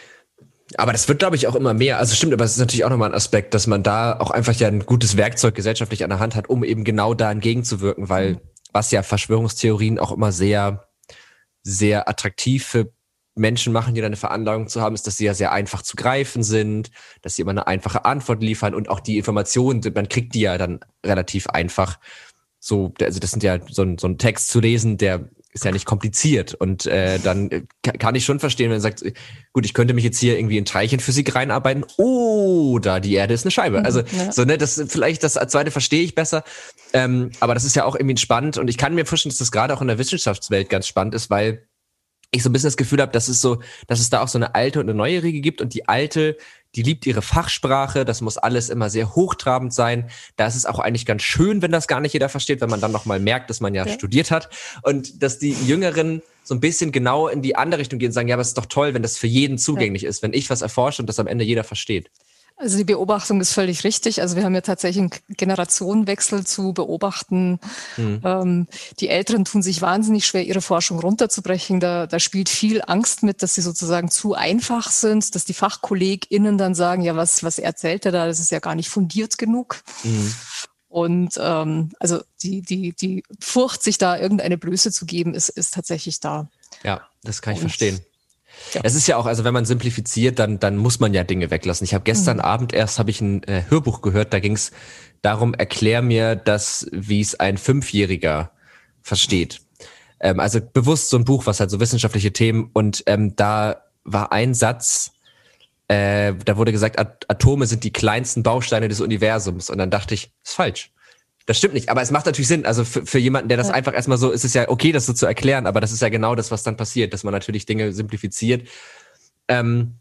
Aber das wird, glaube ich, auch immer mehr. Also stimmt, aber es ist natürlich auch nochmal ein Aspekt, dass man da auch einfach ja ein gutes Werkzeug gesellschaftlich an der Hand hat, um eben genau da entgegenzuwirken, weil mhm. was ja Verschwörungstheorien auch immer sehr, sehr attraktiv für Menschen machen, die da eine Veranlagung zu haben, ist, dass sie ja sehr einfach zu greifen sind, dass sie immer eine einfache Antwort liefern und auch die Informationen, man kriegt die ja dann relativ einfach. So, also das sind ja so ein, so ein Text zu lesen, der ist ja nicht kompliziert und äh, dann kann ich schon verstehen, wenn man sagt, gut, ich könnte mich jetzt hier irgendwie in Teilchenphysik reinarbeiten oder die Erde ist eine Scheibe. Also ja. so ne, das vielleicht das zweite verstehe ich besser, ähm, aber das ist ja auch irgendwie spannend und ich kann mir vorstellen, dass das gerade auch in der Wissenschaftswelt ganz spannend ist, weil ich so ein bisschen das Gefühl habe, dass es so, dass es da auch so eine alte und eine neue Riege gibt und die alte, die liebt ihre Fachsprache, das muss alles immer sehr hochtrabend sein. Da ist es auch eigentlich ganz schön, wenn das gar nicht jeder versteht, wenn man dann nochmal merkt, dass man ja, ja studiert hat und dass die Jüngeren so ein bisschen genau in die andere Richtung gehen und sagen, ja, aber es ist doch toll, wenn das für jeden zugänglich ja. ist, wenn ich was erforsche und das am Ende jeder versteht. Also die Beobachtung ist völlig richtig. Also wir haben ja tatsächlich einen Generationenwechsel zu beobachten. Mhm. Ähm, die Älteren tun sich wahnsinnig schwer, ihre Forschung runterzubrechen. Da, da spielt viel Angst mit, dass sie sozusagen zu einfach sind, dass die FachkollegInnen dann sagen, ja, was, was erzählt er da? Das ist ja gar nicht fundiert genug. Mhm. Und ähm, also die, die, die Furcht, sich da irgendeine Blöße zu geben, ist, ist tatsächlich da. Ja, das kann ich Und, verstehen. ja. Es ist ja auch, also wenn man simplifiziert, dann, dann muss man ja Dinge weglassen. Ich habe gestern Mhm. Abend erst habe ich ein äh, Hörbuch gehört, da ging es darum, erklär mir das, wie es ein Fünfjähriger versteht. Ähm, also bewusst so ein Buch, was halt so wissenschaftliche Themen, und ähm, da war ein Satz, äh, da wurde gesagt, At- Atome sind die kleinsten Bausteine des Universums, und dann dachte ich, ist falsch. Das stimmt nicht, aber es macht natürlich Sinn. Also für, für jemanden, der das Ja. einfach erstmal so, ist es ja okay, das so zu erklären, aber das ist ja genau das, was dann passiert, dass man natürlich Dinge simplifiziert. Ähm,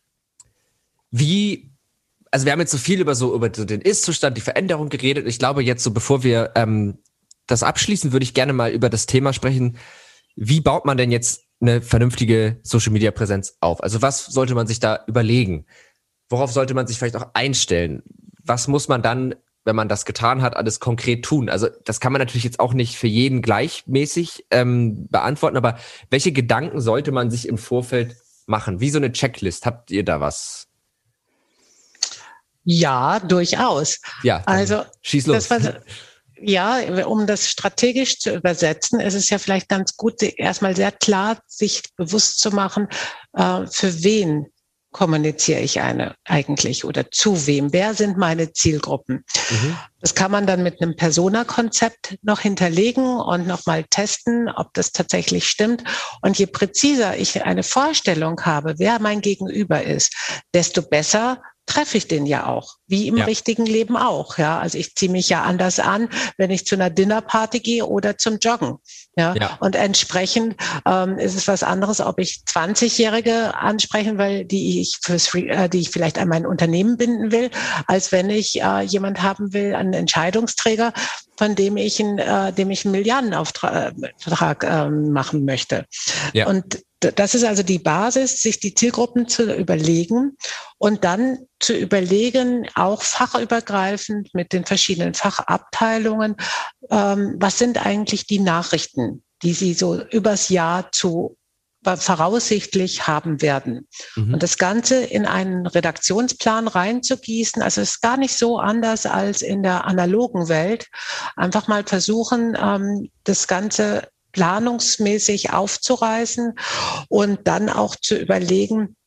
wie, also wir haben jetzt so viel über so über den Ist-Zustand, die Veränderung geredet. Ich glaube jetzt so, bevor wir ähm, das abschließen, würde ich gerne mal über das Thema sprechen. Wie baut man denn jetzt eine vernünftige Social-Media-Präsenz auf? Also was sollte man sich da überlegen? Worauf sollte man sich vielleicht auch einstellen? Was muss man dann, wenn man das getan hat, alles konkret tun? Also das kann man natürlich jetzt auch nicht für jeden gleichmäßig ähm, beantworten, aber welche Gedanken sollte man sich im Vorfeld machen? Wie so eine Checklist? Habt ihr da was? Ja, durchaus. Ja, dann Also schieß los. Das war, ja, um das strategisch zu übersetzen, ist es ja vielleicht ganz gut, erstmal sehr klar sich bewusst zu machen, äh, für wen kommuniziere ich eine eigentlich oder zu wem? Wer sind meine Zielgruppen? Mhm. Das kann man dann mit einem Persona-Konzept noch hinterlegen und nochmal testen, ob das tatsächlich stimmt. Und je präziser ich eine Vorstellung habe, wer mein Gegenüber ist, desto besser treffe ich den ja auch, wie im ja. richtigen Leben auch. Ja, also ich ziehe mich ja anders an, wenn ich zu einer Dinnerparty gehe oder zum Joggen. Ja, ja. Und entsprechend ähm, ist es was anderes, ob ich zwanzigjährige ansprechen will, die ich fürs, äh, die ich vielleicht an mein Unternehmen binden will, als wenn ich äh, jemand haben will, einen Entscheidungsträger, von dem ich einen, äh, dem ich einen Milliardenvertrag äh, machen möchte. Ja. Und das ist also die Basis, sich die Zielgruppen zu überlegen und dann zu überlegen, auch fachübergreifend mit den verschiedenen Fachabteilungen, ähm, was sind eigentlich die Nachrichten, die Sie so übers Jahr zu voraussichtlich haben werden. Mhm. Und das Ganze in einen Redaktionsplan reinzugießen, also es ist gar nicht so anders als in der analogen Welt. Einfach mal versuchen, ähm, das Ganze planungsmäßig aufzureißen und dann auch zu überlegen,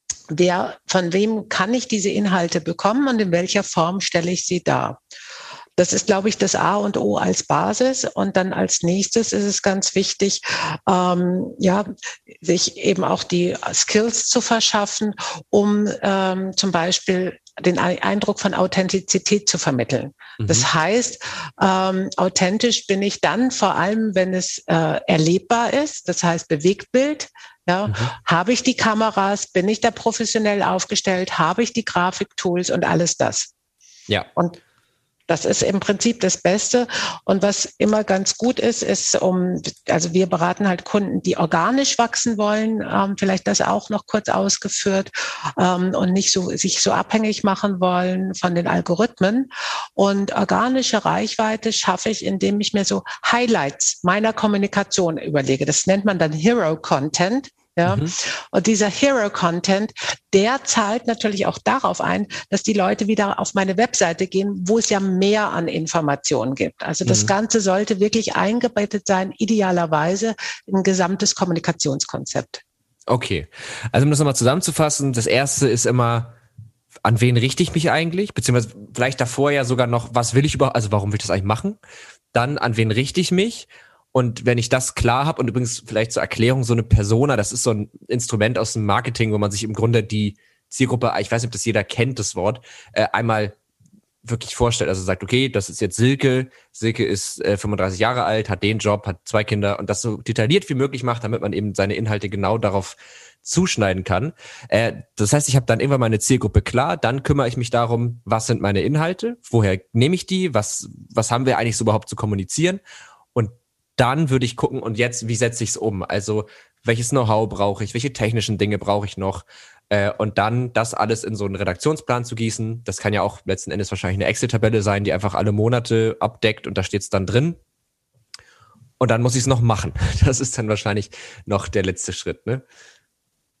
wer, von wem kann ich diese Inhalte bekommen und in welcher Form stelle ich sie dar. Das ist, glaube ich, das A und O als Basis. Und dann als nächstes ist es ganz wichtig, ähm, ja, sich eben auch die Skills zu verschaffen, um ähm, zum Beispiel den Eindruck von Authentizität zu vermitteln. Mhm. Das heißt, ähm, authentisch bin ich dann vor allem, wenn es äh, erlebbar ist, das heißt Bewegtbild. Ja, mhm. Habe ich die Kameras, bin ich da professionell aufgestellt, habe ich die Grafiktools und alles das. Ja. Und das ist im Prinzip das Beste. Und was immer ganz gut ist, ist, um, also wir beraten halt Kunden, die organisch wachsen wollen, ähm, vielleicht das auch noch kurz ausgeführt, ähm, und nicht so, sich so abhängig machen wollen von den Algorithmen. Und organische Reichweite schaffe ich, indem ich mir so Highlights meiner Kommunikation überlege. Das nennt man dann Hero Content. Ja, mhm. Und dieser Hero-Content, der zahlt natürlich auch darauf ein, dass die Leute wieder auf meine Webseite gehen, wo es ja mehr an Informationen gibt. Also das mhm. Ganze sollte wirklich eingebettet sein, idealerweise in ein gesamtes Kommunikationskonzept. Okay, also um das nochmal zusammenzufassen, das erste ist immer, an wen richte ich mich eigentlich? Beziehungsweise vielleicht davor ja sogar noch, was will ich überhaupt, also warum will ich das eigentlich machen? Dann, an wen richte ich mich? Und wenn ich das klar habe, und übrigens vielleicht zur Erklärung, so eine Persona, das ist so ein Instrument aus dem Marketing, wo man sich im Grunde die Zielgruppe, ich weiß nicht, ob das jeder kennt, das Wort, äh, einmal wirklich vorstellt. Also sagt, okay, das ist jetzt Silke, Silke ist äh, fünfunddreißig Jahre alt, hat den Job, hat zwei Kinder, und das so detailliert wie möglich macht, damit man eben seine Inhalte genau darauf zuschneiden kann. Äh, das heißt, ich habe dann irgendwann meine Zielgruppe klar, dann kümmere ich mich darum, was sind meine Inhalte, woher nehme ich die, was, was haben wir eigentlich so überhaupt zu kommunizieren, und dann würde ich gucken, und jetzt, wie setze ich es um? Also, welches Know-how brauche ich? Welche technischen Dinge brauche ich noch? Äh, und dann das alles in so einen Redaktionsplan zu gießen. Das kann ja auch letzten Endes wahrscheinlich eine Excel-Tabelle sein, die einfach alle Monate abdeckt, und da steht es dann drin. Und dann muss ich es noch machen. Das ist dann wahrscheinlich noch der letzte Schritt, ne?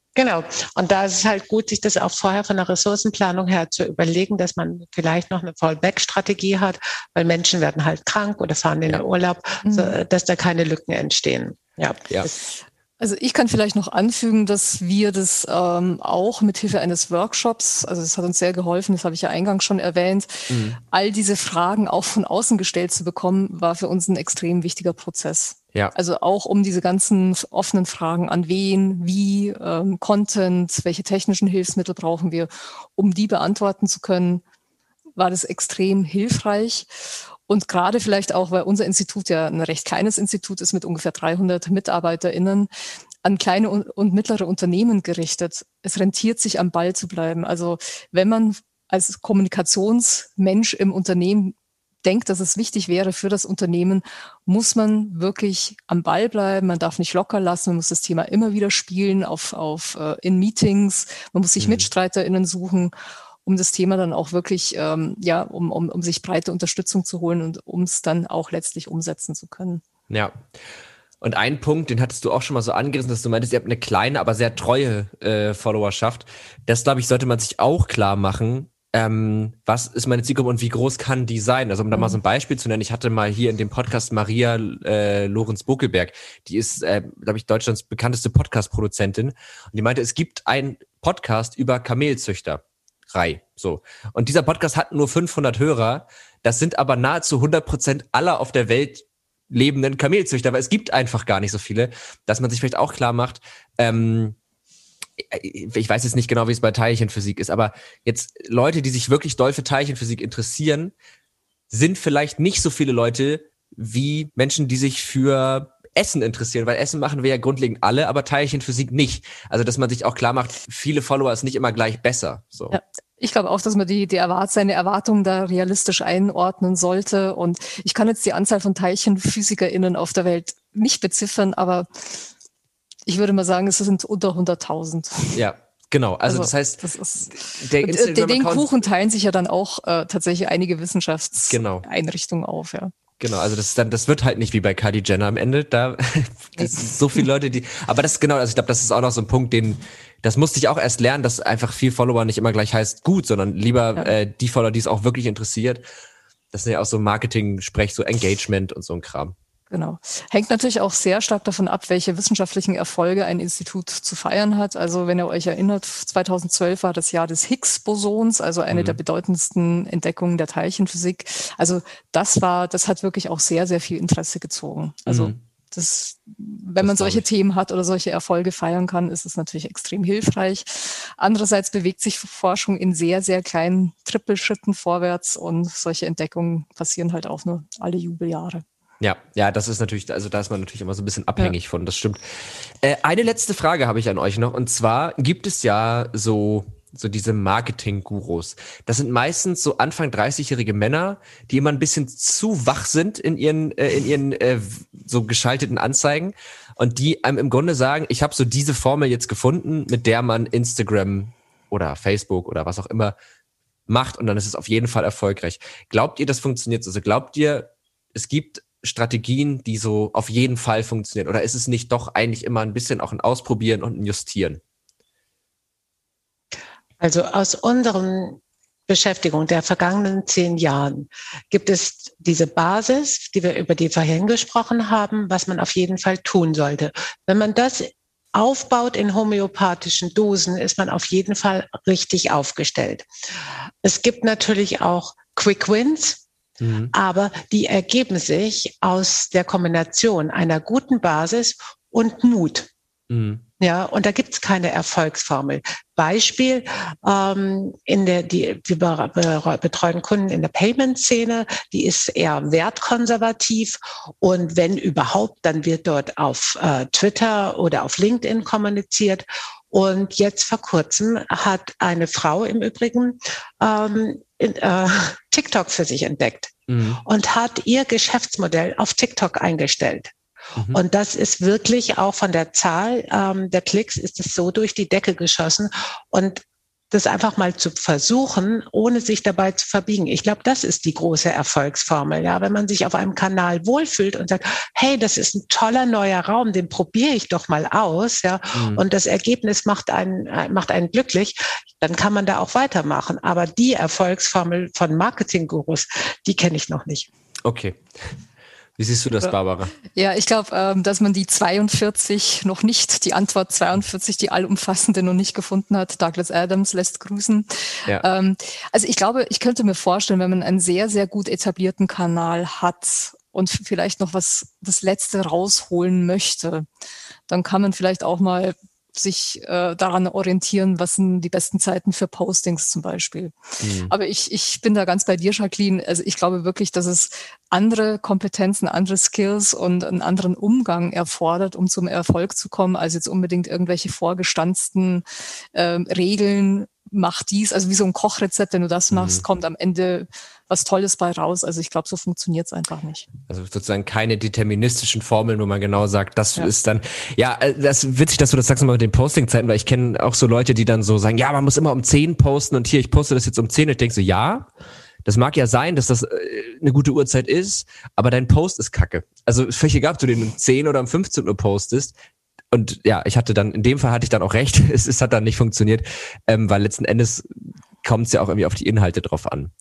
Genau. Und da ist es halt gut, sich das auch vorher von der Ressourcenplanung her zu überlegen, dass man vielleicht noch eine Fallback-Strategie hat, weil Menschen werden halt krank oder fahren in den Ja. Urlaub, Mhm. so, dass da keine Lücken entstehen. Ja. Ja. Also ich kann vielleicht noch anfügen, dass wir das ähm, auch mit Hilfe eines Workshops, also das hat uns sehr geholfen, das habe ich ja eingangs schon erwähnt, Mhm. all diese Fragen auch von außen gestellt zu bekommen, war für uns ein extrem wichtiger Prozess. Ja. Also auch um diese ganzen offenen Fragen an wen, wie, ähm, Content, welche technischen Hilfsmittel brauchen wir, um die beantworten zu können, war das extrem hilfreich. Und gerade vielleicht auch, weil unser Institut ja ein recht kleines Institut ist mit ungefähr dreihundert MitarbeiterInnen, an kleine und mittlere Unternehmen gerichtet. Es rentiert sich, am Ball zu bleiben. Also wenn man als Kommunikationsmensch im Unternehmen denkt, dass es wichtig wäre für das Unternehmen, muss man wirklich am Ball bleiben. Man darf nicht locker lassen. Man muss das Thema immer wieder spielen auf, auf, uh, in Meetings. Man muss sich mhm. MitstreiterInnen suchen, um das Thema dann auch wirklich, ähm, ja, um, um, um sich breite Unterstützung zu holen und um es dann auch letztlich umsetzen zu können. Ja. Und ein Punkt, den hattest du auch schon mal so angerissen, dass du meintest, ihr habt eine kleine, aber sehr treue äh, Followerschaft. Das, glaube ich, sollte man sich auch klar machen. Ähm, was ist meine Zielgruppe und wie groß kann die sein? Also um da mal so ein Beispiel zu nennen, ich hatte mal hier in dem Podcast Maria äh, Lorenz-Buckelberg, die ist, äh, glaube ich, Deutschlands bekannteste Podcast-Produzentin, und die meinte, es gibt einen Podcast über Kamelzüchterei. So. Und dieser Podcast hat nur fünfhundert Hörer, das sind aber nahezu hundert Prozent aller auf der Welt lebenden Kamelzüchter, weil es gibt einfach gar nicht so viele, dass man sich vielleicht auch klar macht, ähm, ich weiß jetzt nicht genau, wie es bei Teilchenphysik ist, aber jetzt Leute, die sich wirklich doll für Teilchenphysik interessieren, sind vielleicht nicht so viele Leute wie Menschen, die sich für Essen interessieren, weil Essen machen wir ja grundlegend alle, aber Teilchenphysik nicht. Also, dass man sich auch klar macht, viele Follower ist nicht immer gleich besser. So. Ja. Ich glaube auch, dass man die, die Erwart- seine Erwartungen da realistisch einordnen sollte. Und ich kann jetzt die Anzahl von TeilchenphysikerInnen auf der Welt nicht beziffern, aber ich würde mal sagen, es sind unter hunderttausend. Ja, genau. Also, also das heißt, das ist, der den Kuchen teilen sich ja dann auch äh, tatsächlich einige Wissenschaftseinrichtungen genau. auf, ja. Genau, also das ist dann, das wird halt nicht wie bei Kylie Jenner am Ende. Da das sind so viele Leute, die. Aber das ist genau, also ich glaube, das ist auch noch so ein Punkt, den, das musste ich auch erst lernen, dass einfach viel Follower nicht immer gleich heißt gut, sondern lieber ja. äh, die Follower, die es auch wirklich interessiert. Das sind ja auch so Marketing-Sprech, so Engagement und so ein Kram. Genau. Hängt natürlich auch sehr stark davon ab, welche wissenschaftlichen Erfolge ein Institut zu feiern hat. Also wenn ihr euch erinnert, zweitausendzwölf war das Jahr des Higgs-Bosons, also eine mhm. der bedeutendsten Entdeckungen der Teilchenphysik. Also das war, das hat wirklich auch sehr, sehr viel Interesse gezogen. Also mhm. das, wenn das man solche Themen hat oder solche Erfolge feiern kann, ist es natürlich extrem hilfreich. Andererseits bewegt sich Forschung in sehr, sehr kleinen Trippelschritten vorwärts und solche Entdeckungen passieren halt auch nur alle Jubeljahre. Ja, ja, das ist natürlich, also da ist man natürlich immer so ein bisschen abhängig ja. von, das stimmt. Äh, eine letzte Frage habe ich an euch noch, und zwar gibt es ja so so diese Marketing-Gurus. Das sind meistens so Anfang dreißigjährige Männer, die immer ein bisschen zu wach sind in ihren äh, in ihren äh, so geschalteten Anzeigen und die einem im Grunde sagen, ich habe so diese Formel jetzt gefunden, mit der man Instagram oder Facebook oder was auch immer macht, und dann ist es auf jeden Fall erfolgreich. Glaubt ihr, das funktioniert? Also glaubt ihr, es gibt Strategien, die so auf jeden Fall funktionieren? Oder ist es nicht doch eigentlich immer ein bisschen auch ein Ausprobieren und ein Justieren? Also aus unseren Beschäftigung der vergangenen zehn Jahren gibt es diese Basis, die wir über die vorhin gesprochen haben, was man auf jeden Fall tun sollte. Wenn man das aufbaut in homöopathischen Dosen, ist man auf jeden Fall richtig aufgestellt. Es gibt natürlich auch Quick Wins, Mhm. aber die ergeben sich aus der Kombination einer guten Basis und Mut. Mhm. Ja, und da gibt's keine Erfolgsformel. Beispiel, ähm, in der, die, wir betreuen Kunden in der Payment-Szene, die ist eher wertkonservativ, und wenn überhaupt, dann wird dort auf äh, Twitter oder auf LinkedIn kommuniziert. Und jetzt vor kurzem hat eine Frau im Übrigen ähm, in, äh, TikTok für sich entdeckt mhm. und hat ihr Geschäftsmodell auf TikTok eingestellt. Mhm. Und das ist wirklich auch von der Zahl ähm, der Klicks ist es so durch die Decke geschossen. Und das einfach mal zu versuchen, ohne sich dabei zu verbiegen. Ich glaube, das ist die große Erfolgsformel. Ja, wenn man sich auf einem Kanal wohlfühlt und sagt, hey, das ist ein toller neuer Raum, den probiere ich doch mal aus, ja, mhm. und das Ergebnis macht einen, macht einen glücklich, dann kann man da auch weitermachen. Aber die Erfolgsformel von Marketing-Gurus, die kenne ich noch nicht. Okay. Wie siehst du das, Barbara? Ja, ich glaube, ähm, dass man die zweiundvierzig noch nicht, die Antwort zweiundvierzig, die allumfassende noch nicht gefunden hat. Douglas Adams lässt grüßen. Ja. Ähm, also ich glaube, ich könnte mir vorstellen, wenn man einen sehr, sehr gut etablierten Kanal hat und vielleicht noch was, das Letzte rausholen möchte, dann kann man vielleicht auch mal sich äh, daran orientieren, was sind die besten Zeiten für Postings zum Beispiel. Mhm. Aber ich, ich bin da ganz bei dir, Jacqueline. Also ich glaube wirklich, dass es andere Kompetenzen, andere Skills und einen anderen Umgang erfordert, um zum Erfolg zu kommen, als jetzt unbedingt irgendwelche vorgestanzten äh, Regeln, mach dies. Also wie so ein Kochrezept, wenn du das machst, mhm. kommt am Ende was Tolles bei raus. Also ich glaube, so funktioniert es einfach nicht. Also sozusagen keine deterministischen Formeln, wo man genau sagt, das ja. ist dann, ja, das ist witzig, dass du das sagst mal mit den Posting-Zeiten, weil ich kenne auch so Leute, die dann so sagen, ja, man muss immer um zehn posten und hier, ich poste das jetzt um zehn und ich denke so, ja, das mag ja sein, dass das eine gute Uhrzeit ist, aber dein Post ist kacke. Also völlig egal, ob du den um zehn oder um fünfzehn Uhr postest. Und ja, ich hatte dann, in dem Fall hatte ich dann auch recht, es, es hat dann nicht funktioniert, ähm, weil letzten Endes kommt es ja auch irgendwie auf die Inhalte drauf an.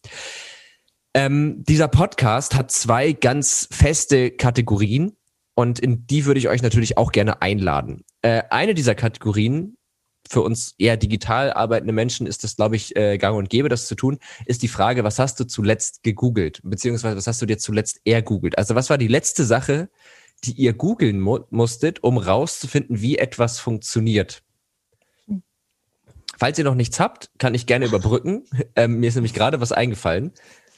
Ähm, dieser Podcast hat zwei ganz feste Kategorien und in die würde ich euch natürlich auch gerne einladen. Äh, eine dieser Kategorien, für uns eher digital arbeitende Menschen ist das, glaube ich, äh, gang und gäbe, das zu tun, ist die Frage, was hast du zuletzt gegoogelt? Beziehungsweise was hast du dir zuletzt ergoogelt? Also was war die letzte Sache, die ihr googeln mu- musstet, um rauszufinden, wie etwas funktioniert? Falls ihr noch nichts habt, kann ich gerne überbrücken. Ähm, mir ist nämlich gerade was eingefallen.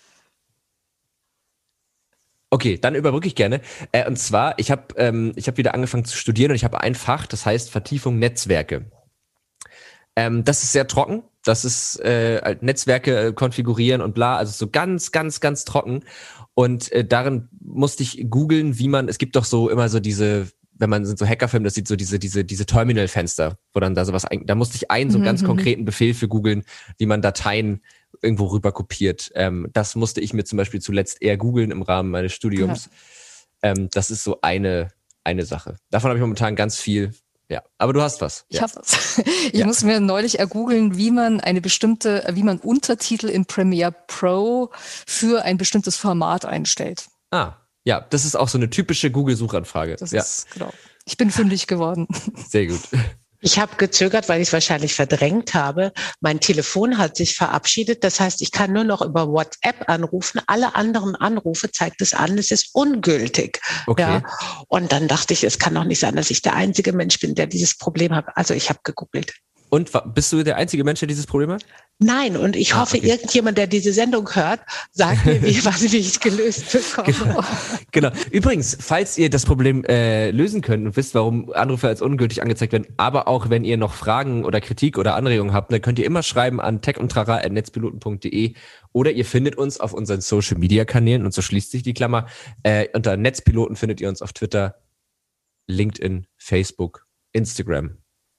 Okay, dann überbrücke ich gerne. Äh, und zwar, ich habe ähm, ich hab wieder angefangen zu studieren und ich habe ein Fach, das heißt Vertiefung Netzwerke. Ähm, das ist sehr trocken. Das ist äh, Netzwerke äh, konfigurieren und bla, also so ganz, ganz, ganz trocken. Und äh, darin musste ich googeln, wie man, es gibt doch so immer so diese, wenn man so Hackerfilme, das sieht so diese diese diese Terminal-Fenster, wo dann da sowas, da musste ich einen so einen ganz mhm. konkreten Befehl für googeln, wie man Dateien irgendwo rüber kopiert. Ähm, das musste ich mir zum Beispiel zuletzt eher googeln im Rahmen meines Studiums. Ja. Ähm, das ist so eine eine Sache. Davon habe ich momentan ganz viel. Ja, aber du hast was. Ich ja. habe was. Ich ja. muss mir neulich ergoogeln, wie man eine bestimmte, wie man Untertitel in Premiere Pro für ein bestimmtes Format einstellt. Ah, ja, das ist auch so eine typische Google-Suchanfrage. Das ja. ist, genau. Ich bin fündig geworden. Sehr gut. Ich habe gezögert, weil ich es wahrscheinlich verdrängt habe. Mein Telefon hat sich verabschiedet. Das heißt, ich kann nur noch über WhatsApp anrufen. Alle anderen Anrufe zeigt es an, es ist ungültig. Okay. Ja. Und dann dachte ich, es kann doch nicht sein, dass ich der einzige Mensch bin, der dieses Problem hat. Also ich habe gegoogelt. Und bist du der einzige Mensch, der dieses Problem hat? Nein, und ich ah, hoffe, okay. irgendjemand, der diese Sendung hört, sagt mir, wie, was, wie ich es gelöst bekomme. Genau. genau. Übrigens, falls ihr das Problem äh, lösen könnt und wisst, warum Anrufe als ungültig angezeigt werden, aber auch wenn ihr noch Fragen oder Kritik oder Anregungen habt, dann könnt ihr immer schreiben an techundtrara at netzpiloten punkt de oder ihr findet uns auf unseren Social-Media-Kanälen und so schließt sich die Klammer. Äh, unter Netzpiloten findet ihr uns auf Twitter, LinkedIn, Facebook, Instagram.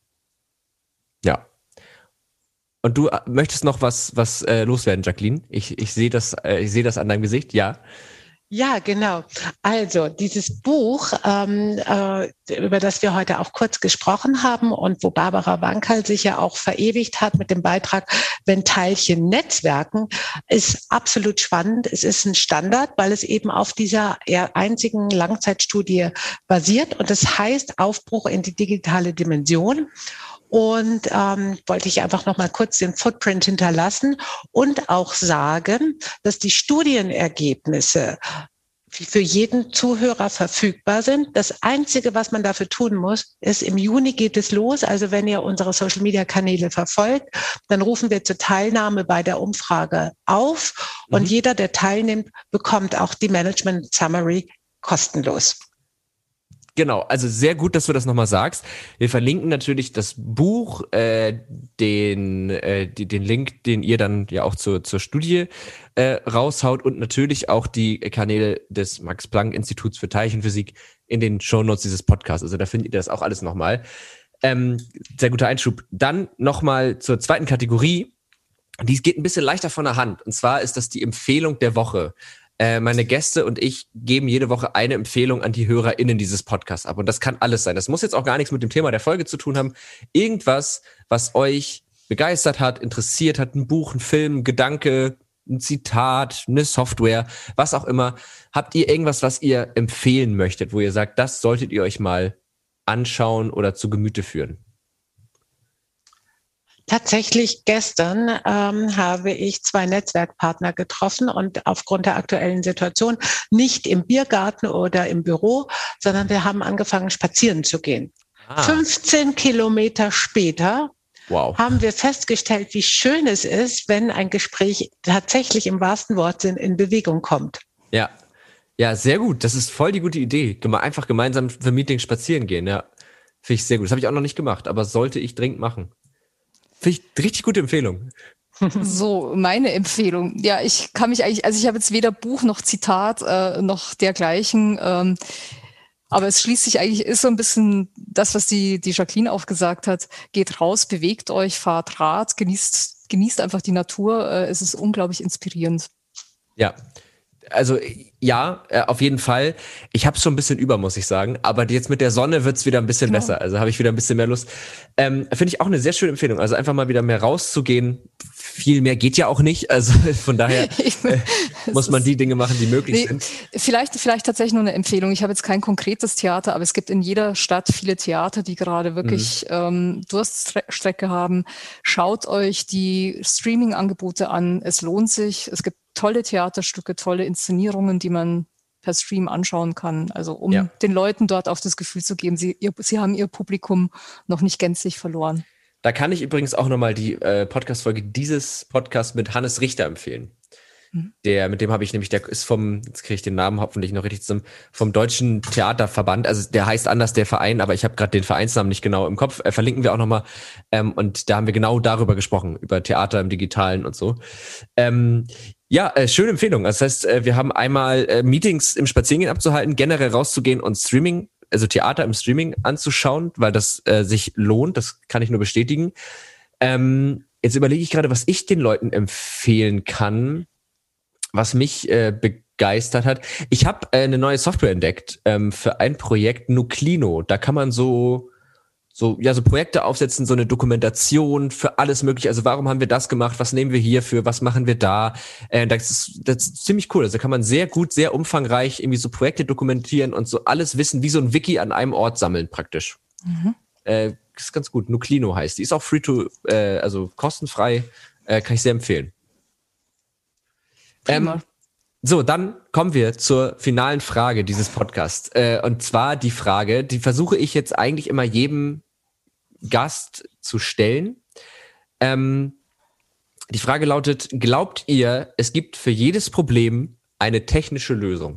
Ja. Und du möchtest noch was was äh, loswerden, Jacqueline? Ich ich sehe das äh, ich sehe das an deinem Gesicht, ja. Ja, genau. Also dieses Buch, ähm, äh, über das wir heute auch kurz gesprochen haben und wo Barbara Wankerl sich ja auch verewigt hat mit dem Beitrag Wenn Teilchen netzwerken, ist absolut spannend. Es ist ein Standard, weil es eben auf dieser eher einzigen Langzeitstudie basiert und es heißt Aufbruch in die digitale Dimension. Und ähm, wollte ich einfach noch mal kurz den Footprint hinterlassen und auch sagen, dass die Studienergebnisse für jeden Zuhörer verfügbar sind. Das Einzige, was man dafür tun muss, ist, im Juni geht es los. Also wenn ihr unsere Social-Media-Kanäle verfolgt, dann rufen wir zur Teilnahme bei der Umfrage auf. Und mhm. jeder, der teilnimmt, bekommt auch die Management Summary kostenlos. Genau, also sehr gut, dass du das nochmal sagst. Wir verlinken natürlich das Buch, äh, den äh, die, den Link, den ihr dann ja auch zur zur Studie äh, raushaut und natürlich auch die Kanäle des Max-Planck-Instituts für Teilchenphysik in den Shownotes dieses Podcasts. Also da findet ihr das auch alles nochmal. Ähm, sehr guter Einschub. Dann nochmal zur zweiten Kategorie. Die geht ein bisschen leichter von der Hand. Und zwar ist das die Empfehlung der Woche. Äh, meine Gäste und ich geben jede Woche eine Empfehlung an die HörerInnen dieses Podcasts ab. Und das kann alles sein. Das muss jetzt auch gar nichts mit dem Thema der Folge zu tun haben. Irgendwas, was euch begeistert hat, interessiert hat, ein Buch, ein Film, ein Gedanke, ein Zitat, eine Software, was auch immer. Habt ihr irgendwas, was ihr empfehlen möchtet, wo ihr sagt, das solltet ihr euch mal anschauen oder zu Gemüte führen? Tatsächlich gestern ähm, habe ich zwei Netzwerkpartner getroffen und aufgrund der aktuellen Situation nicht im Biergarten oder im Büro, sondern wir haben angefangen, spazieren zu gehen. Ah. fünfzehn Kilometer später wow. haben wir festgestellt, wie schön es ist, wenn ein Gespräch tatsächlich im wahrsten Wortsinn in Bewegung kommt. Ja, ja, sehr gut. Das ist voll die gute Idee. Einfach gemeinsam für Meetings spazieren gehen. Ja, finde ich sehr gut. Das habe ich auch noch nicht gemacht, aber sollte ich dringend machen. Finde ich richtig gute Empfehlung. So, meine Empfehlung. Ja, ich kann mich eigentlich, also ich habe jetzt weder Buch noch Zitat äh, noch dergleichen. Ähm, aber es schließt sich eigentlich, ist so ein bisschen das, was die, die Jacqueline auch gesagt hat. Geht raus, bewegt euch, fahrt Rad, genießt, genießt einfach die Natur. Äh, es ist unglaublich inspirierend. Ja. Also ja, äh, auf jeden Fall. Ich habe es schon ein bisschen über, muss ich sagen. Aber jetzt mit der Sonne wird's wieder ein bisschen genau. besser. Also habe ich wieder ein bisschen mehr Lust. Ähm, Finde ich auch eine sehr schöne Empfehlung. Also einfach mal wieder mehr rauszugehen. Viel mehr geht ja auch nicht. Also von daher äh, muss man die Dinge machen, die möglich nee, sind. Vielleicht, vielleicht tatsächlich nur eine Empfehlung. Ich habe jetzt kein konkretes Theater, aber es gibt in jeder Stadt viele Theater, die gerade wirklich mhm. ähm, Durststrecke haben. Schaut euch die Streaming-Angebote an. Es lohnt sich. Es gibt tolle Theaterstücke, tolle Inszenierungen, die man per Stream anschauen kann. Also um ja. den Leuten dort auch das Gefühl zu geben, sie, ihr, sie haben ihr Publikum noch nicht gänzlich verloren. Da kann ich übrigens auch nochmal die äh, Podcast-Folge dieses Podcasts mit Hannes Richter empfehlen. Mhm. Der, mit dem habe ich nämlich, der ist vom, jetzt kriege ich den Namen hoffentlich noch richtig zusammen, vom Deutschen Theaterverband, also der heißt anders, der Verein, aber ich habe gerade den Vereinsnamen nicht genau im Kopf, äh, verlinken wir auch nochmal. Ähm, und da haben wir genau darüber gesprochen, über Theater im Digitalen und so. Ähm, Ja, äh, schöne Empfehlung. Das heißt, äh, wir haben einmal äh, Meetings im Spazierengehen abzuhalten, generell rauszugehen und Streaming, also Theater im Streaming anzuschauen, weil das äh, sich lohnt. Das kann ich nur bestätigen. Ähm, jetzt überlege ich gerade, was ich den Leuten empfehlen kann, was mich äh, begeistert hat. Ich habe äh, eine neue Software entdeckt ähm, für ein Projekt, Nuclino. Da kann man so so ja so Projekte aufsetzen, so eine Dokumentation für alles mögliche. Also warum haben wir das gemacht? Was nehmen wir hierfür? Was machen wir da? Äh, das ist, das ist ziemlich cool. Also kann man sehr gut, sehr umfangreich irgendwie so Projekte dokumentieren und so alles wissen, wie so ein Wiki an einem Ort sammeln praktisch. Mhm. Äh, das ist ganz gut. Nuclino heißt. Die ist auch free to, äh, also kostenfrei. Äh, kann ich sehr empfehlen. Ähm, so, dann kommen wir zur finalen Frage dieses Podcasts. Äh, und zwar die Frage, die versuche ich jetzt eigentlich immer jedem Gast zu stellen. Ähm, die Frage lautet, glaubt ihr, es gibt für jedes Problem eine technische Lösung?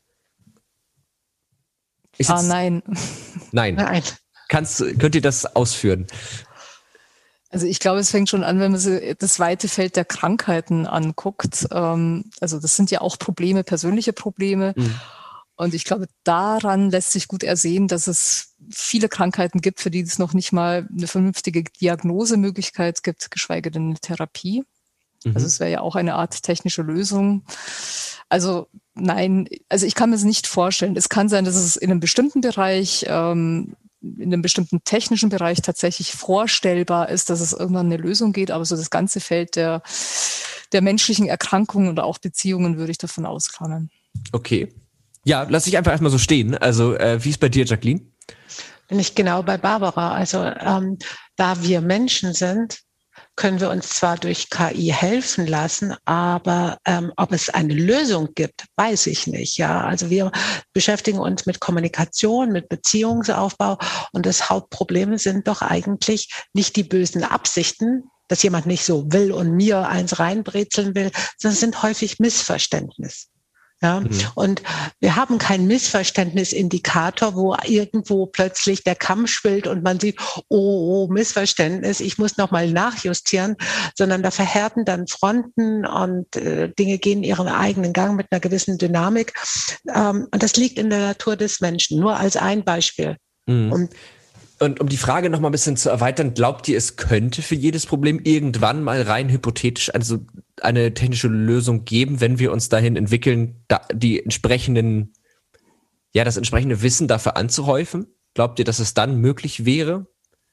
Ist ah, nein. Nein. Nein. Kannst, könnt ihr das ausführen? Also ich glaube, es fängt schon an, wenn man so das weite Feld der Krankheiten anguckt. Ähm, also das sind ja auch Probleme, persönliche Probleme. Mhm. Und ich glaube, daran lässt sich gut ersehen, dass es viele Krankheiten gibt, für die es noch nicht mal eine vernünftige Diagnosemöglichkeit gibt, geschweige denn eine Therapie. Mhm. Also es wäre ja auch eine Art technische Lösung. Also nein, also ich kann mir es nicht vorstellen. Es kann sein, dass es in einem bestimmten Bereich ähm, in einem bestimmten technischen Bereich tatsächlich vorstellbar ist, dass es irgendwann eine Lösung geht, aber so das ganze Feld der, der menschlichen Erkrankungen oder auch Beziehungen würde ich davon ausklammern. Okay. Ja, lass ich einfach erstmal so stehen. Also äh, wie ist bei dir, Jacqueline? Bin ich genau bei Barbara. Also ähm, da wir Menschen sind, können wir uns zwar durch K I helfen lassen, aber ähm, ob es eine Lösung gibt, weiß ich nicht. Ja, also wir beschäftigen uns mit Kommunikation, mit Beziehungsaufbau und das Hauptproblem sind doch eigentlich nicht die bösen Absichten, dass jemand nicht so will und mir eins reinbrezeln will, sondern es sind häufig Missverständnisse. Ja, mhm. Und wir haben keinen Missverständnisindikator, wo irgendwo plötzlich der Kamm schwillt und man sieht, oh, oh Missverständnis, ich muss nochmal nachjustieren, sondern da verhärten dann Fronten und äh, Dinge gehen ihren eigenen Gang mit einer gewissen Dynamik. Ähm, und das liegt in der Natur des Menschen, nur als ein Beispiel. Mhm. Und Und um die Frage noch mal ein bisschen zu erweitern, glaubt ihr, es könnte für jedes Problem irgendwann mal rein hypothetisch also eine technische Lösung geben, wenn wir uns dahin entwickeln, da die entsprechenden, ja, das entsprechende Wissen dafür anzuhäufen? Glaubt ihr, dass es dann möglich wäre?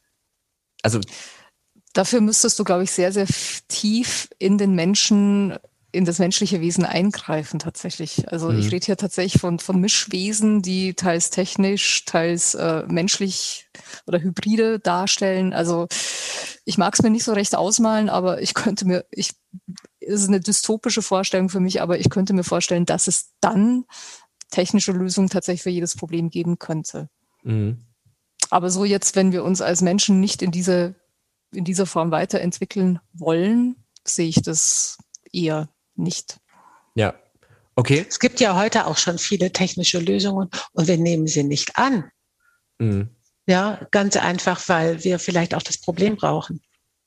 Also dafür müsstest du, glaube ich, sehr, sehr tief in den Menschen, in das menschliche Wesen eingreifen tatsächlich. Also mhm. ich rede hier tatsächlich von, von Mischwesen, die teils technisch, teils äh, menschlich oder hybride darstellen. Also ich mag es mir nicht so recht ausmalen, aber ich könnte mir, ich, es ist eine dystopische Vorstellung für mich, aber ich könnte mir vorstellen, dass es dann technische Lösungen tatsächlich für jedes Problem geben könnte. Mhm. Aber so jetzt, wenn wir uns als Menschen nicht in diese, in dieser Form weiterentwickeln wollen, sehe ich das eher nicht. Ja, okay. Es gibt ja heute auch schon viele technische Lösungen und wir nehmen sie nicht an. Mhm. Ja, ganz einfach, weil wir vielleicht auch das Problem brauchen.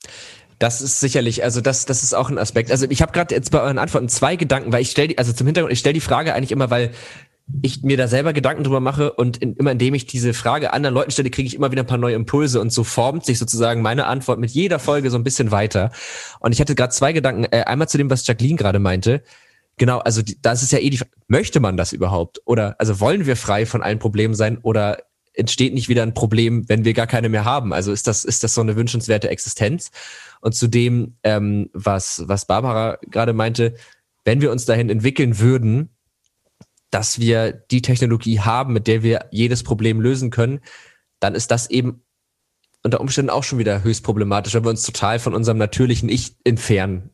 Das ist sicherlich, also das, das ist auch ein Aspekt. Also ich habe gerade jetzt bei euren Antworten zwei Gedanken, weil ich stelle die, also zum Hintergrund, ich stelle die Frage eigentlich immer, weil ich mir da selber Gedanken drüber mache und in, immer indem ich diese Frage anderen Leuten stelle, kriege ich immer wieder ein paar neue Impulse und so formt sich sozusagen meine Antwort mit jeder Folge so ein bisschen weiter. Und ich hatte gerade zwei Gedanken, äh, einmal zu dem, was Jacqueline gerade meinte. Genau, also die, das ist ja eh die Frage, möchte man das überhaupt? Oder also wollen wir frei von allen Problemen sein oder entsteht nicht wieder ein Problem, wenn wir gar keine mehr haben? Also ist das ist das so eine wünschenswerte Existenz? Und zu dem, ähm, was was Barbara gerade meinte, wenn wir uns dahin entwickeln würden, dass wir die Technologie haben, mit der wir jedes Problem lösen können, dann ist das eben unter Umständen auch schon wieder höchst problematisch, wenn wir uns total von unserem natürlichen Ich entfernen.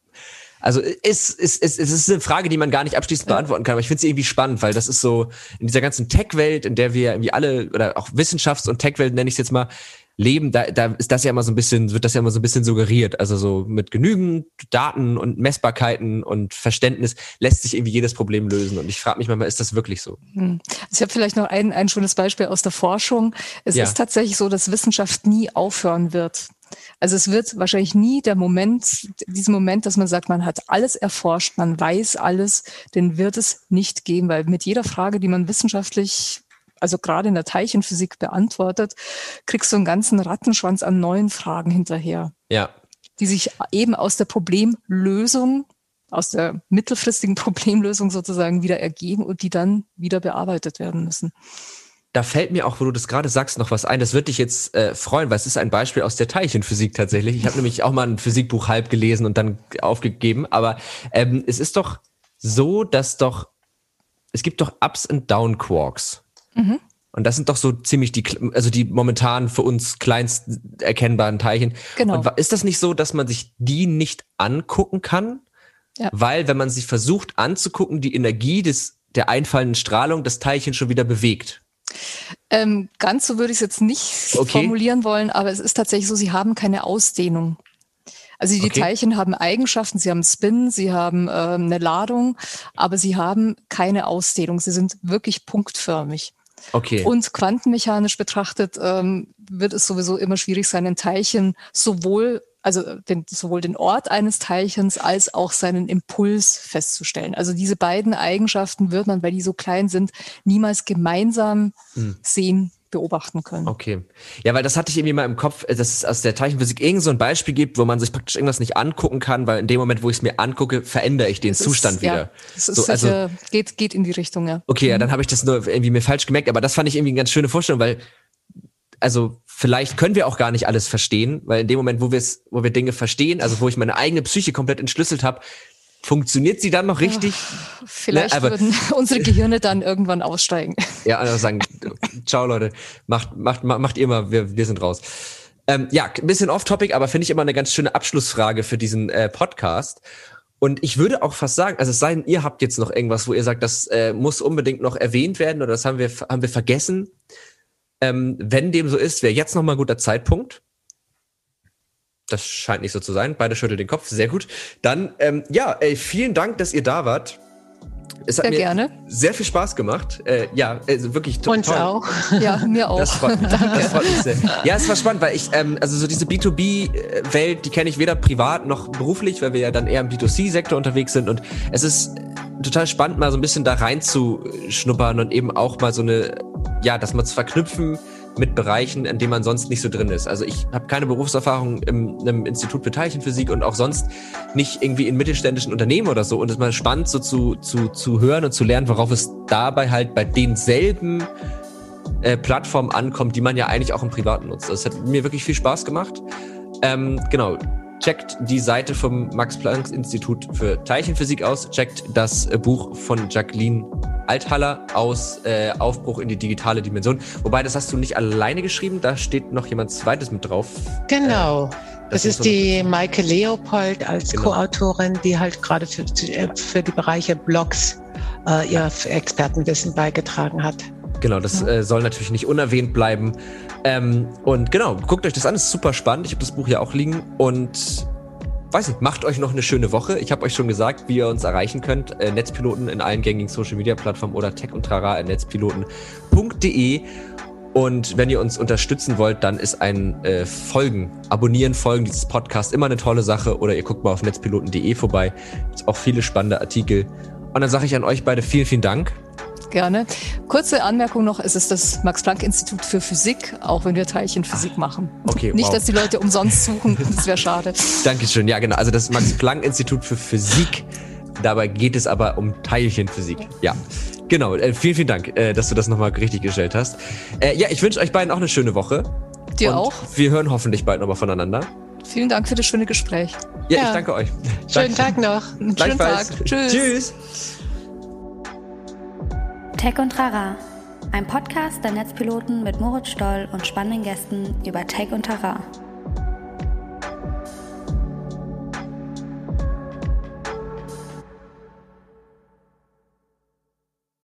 Also es, es, es, es ist eine Frage, die man gar nicht abschließend beantworten kann, aber ich finde sie irgendwie spannend, weil das ist so in dieser ganzen Tech-Welt, in der wir irgendwie alle, oder auch Wissenschafts- und Tech-Welt, nenne ich es jetzt mal, leben, da, da ist das ja immer so ein bisschen, wird das ja immer so ein bisschen suggeriert. Also so mit genügend Daten und Messbarkeiten und Verständnis lässt sich irgendwie jedes Problem lösen. Und ich frage mich manchmal, ist das wirklich so? Also ich habe vielleicht noch ein, ein schönes Beispiel aus der Forschung. Es Ja. ist tatsächlich so, dass Wissenschaft nie aufhören wird. Also es wird wahrscheinlich nie der Moment, diesen Moment, dass man sagt, man hat alles erforscht, man weiß alles, den wird es nicht geben, weil mit jeder Frage, die man wissenschaftlich, also gerade in der Teilchenphysik beantwortet, kriegst du einen ganzen Rattenschwanz an neuen Fragen hinterher, Ja. die sich eben aus der Problemlösung, aus der mittelfristigen Problemlösung sozusagen wieder ergeben und die dann wieder bearbeitet werden müssen. Da fällt mir auch, wo du das gerade sagst, noch was ein. Das wird dich jetzt äh, freuen, weil es ist ein Beispiel aus der Teilchenphysik tatsächlich. Ich habe nämlich auch mal ein Physikbuch halb gelesen und dann aufgegeben. Aber ähm, es ist doch so, dass doch, es gibt doch Ups- und Down-Quarks. Mhm. Und das sind doch so ziemlich die, also die momentan für uns kleinst erkennbaren Teilchen. Genau. Und ist das nicht so, dass man sich die nicht angucken kann? Ja. Weil, wenn man sich versucht anzugucken, die Energie des, der einfallenden Strahlung das Teilchen schon wieder bewegt. Ähm, ganz so würde ich es jetzt nicht Okay. formulieren wollen, aber es ist tatsächlich so, sie haben keine Ausdehnung. Also die Okay. Teilchen haben Eigenschaften, sie haben Spin, sie haben ähm, eine Ladung, aber sie haben keine Ausdehnung. Sie sind wirklich punktförmig. Okay. Und quantenmechanisch betrachtet ähm, wird es sowieso immer schwierig sein, ein Teilchen sowohl also den, sowohl den Ort eines Teilchens als auch seinen Impuls festzustellen. Also diese beiden Eigenschaften wird man, weil die so klein sind, niemals gemeinsam hm. sehen, beobachten können. Okay. Ja, weil das hatte ich irgendwie mal im Kopf, dass es aus der Teilchenphysik irgend so ein Beispiel gibt, wo man sich praktisch irgendwas nicht angucken kann, weil in dem Moment, wo ich es mir angucke, verändere ich den das Zustand ist, wieder. Ja, das ist so, also, sicher, geht, geht in die Richtung, ja. Okay, ja, dann habe ich das nur irgendwie mir falsch gemerkt, aber das fand ich irgendwie eine ganz schöne Vorstellung, weil also vielleicht können wir auch gar nicht alles verstehen, weil in dem Moment, wo wir es, wo wir Dinge verstehen, also wo ich meine eigene Psyche komplett entschlüsselt habe, funktioniert sie dann noch richtig? Ja, vielleicht ne, aber, würden unsere Gehirne dann irgendwann aussteigen. Ja, also sagen, ciao Leute, macht, macht, macht ihr mal, wir, wir sind raus. Ähm, ja, ein bisschen off-topic, aber finde ich immer eine ganz schöne Abschlussfrage für diesen äh, Podcast. Und ich würde auch fast sagen, also es sei denn, ihr habt jetzt noch irgendwas, wo ihr sagt, das äh, muss unbedingt noch erwähnt werden oder das haben wir, haben wir vergessen. Ähm, wenn dem so ist, wäre jetzt noch mal ein guter Zeitpunkt. Das scheint nicht so zu sein. Beide schütteln den Kopf. Sehr gut. Dann, ähm, ja, ey, vielen Dank, dass ihr da wart. Es hat sehr mir gerne. sehr viel Spaß gemacht. Äh, ja, also wirklich to- Uns toll. auch. Ja, mir auch. Das freut, das freut mich sehr. Ja, es war spannend, weil ich, ähm, also so diese B zwei B-Welt, die kenne ich weder privat noch beruflich, weil wir ja dann eher im B zwei C-Sektor unterwegs sind. Und es ist total spannend, mal so ein bisschen da reinzuschnuppern und eben auch mal so eine, ja, das mal zu verknüpfen mit Bereichen, in denen man sonst nicht so drin ist. Also ich habe keine Berufserfahrung im, im Institut für Teilchenphysik und auch sonst nicht irgendwie in mittelständischen Unternehmen oder so. Und es ist mal spannend, so zu, zu, zu hören und zu lernen, worauf es dabei halt bei denselben äh, Plattformen ankommt, die man ja eigentlich auch im Privaten nutzt. Das hat mir wirklich viel Spaß gemacht. Ähm, genau. Checkt die Seite vom Max-Planck-Institut für Teilchenphysik aus. Checkt das äh, Buch von Jacqueline Althaller aus äh, Aufbruch in die digitale Dimension. Wobei, das hast du nicht alleine geschrieben, da steht noch jemand Zweites mit drauf. Genau. Äh, das, das ist so die Maike Leopold als genau. Co-Autorin, die halt gerade für, für die Bereiche Blogs äh, ihr Expertenwissen beigetragen hat. Genau, das äh, soll natürlich nicht unerwähnt bleiben. Ähm, und genau, guckt euch das an, das ist super spannend. Ich habe das Buch hier auch liegen und weiß nicht, macht euch noch eine schöne Woche. Ich habe euch schon gesagt, wie ihr uns erreichen könnt. Äh, Netzpiloten in allen gängigen Social-Media-Plattformen oder tech und trara at netzpiloten punkt de. Und wenn ihr uns unterstützen wollt, dann ist ein äh, Folgen, Abonnieren, Folgen dieses Podcasts immer eine tolle Sache. Oder ihr guckt mal auf netzpiloten punkt de vorbei. Gibt auch viele spannende Artikel. Und dann sage ich an euch beide vielen, vielen Dank. Gerne. Kurze Anmerkung noch, es ist das Max-Planck-Institut für Physik, auch wenn wir Teilchenphysik machen. Okay, Nicht, wow. dass die Leute umsonst suchen, das wäre schade. Dankeschön, ja genau, also das Max-Planck-Institut für Physik, dabei geht es aber um Teilchenphysik. Ja, genau, äh, vielen, vielen Dank, äh, dass du das nochmal richtig gestellt hast. Äh, ja, ich wünsche euch beiden auch eine schöne Woche. Dir und auch. Wir hören hoffentlich bald nochmal voneinander. Vielen Dank für das schöne Gespräch. Ja, ja. ich danke euch. Schönen Dankeschön. Tag noch. Einen schönen Tag. Tschüss. Tschüss. Tech und Trara, ein Podcast der Netzpiloten mit Moritz Stoll und spannenden Gästen über Tech und Trara.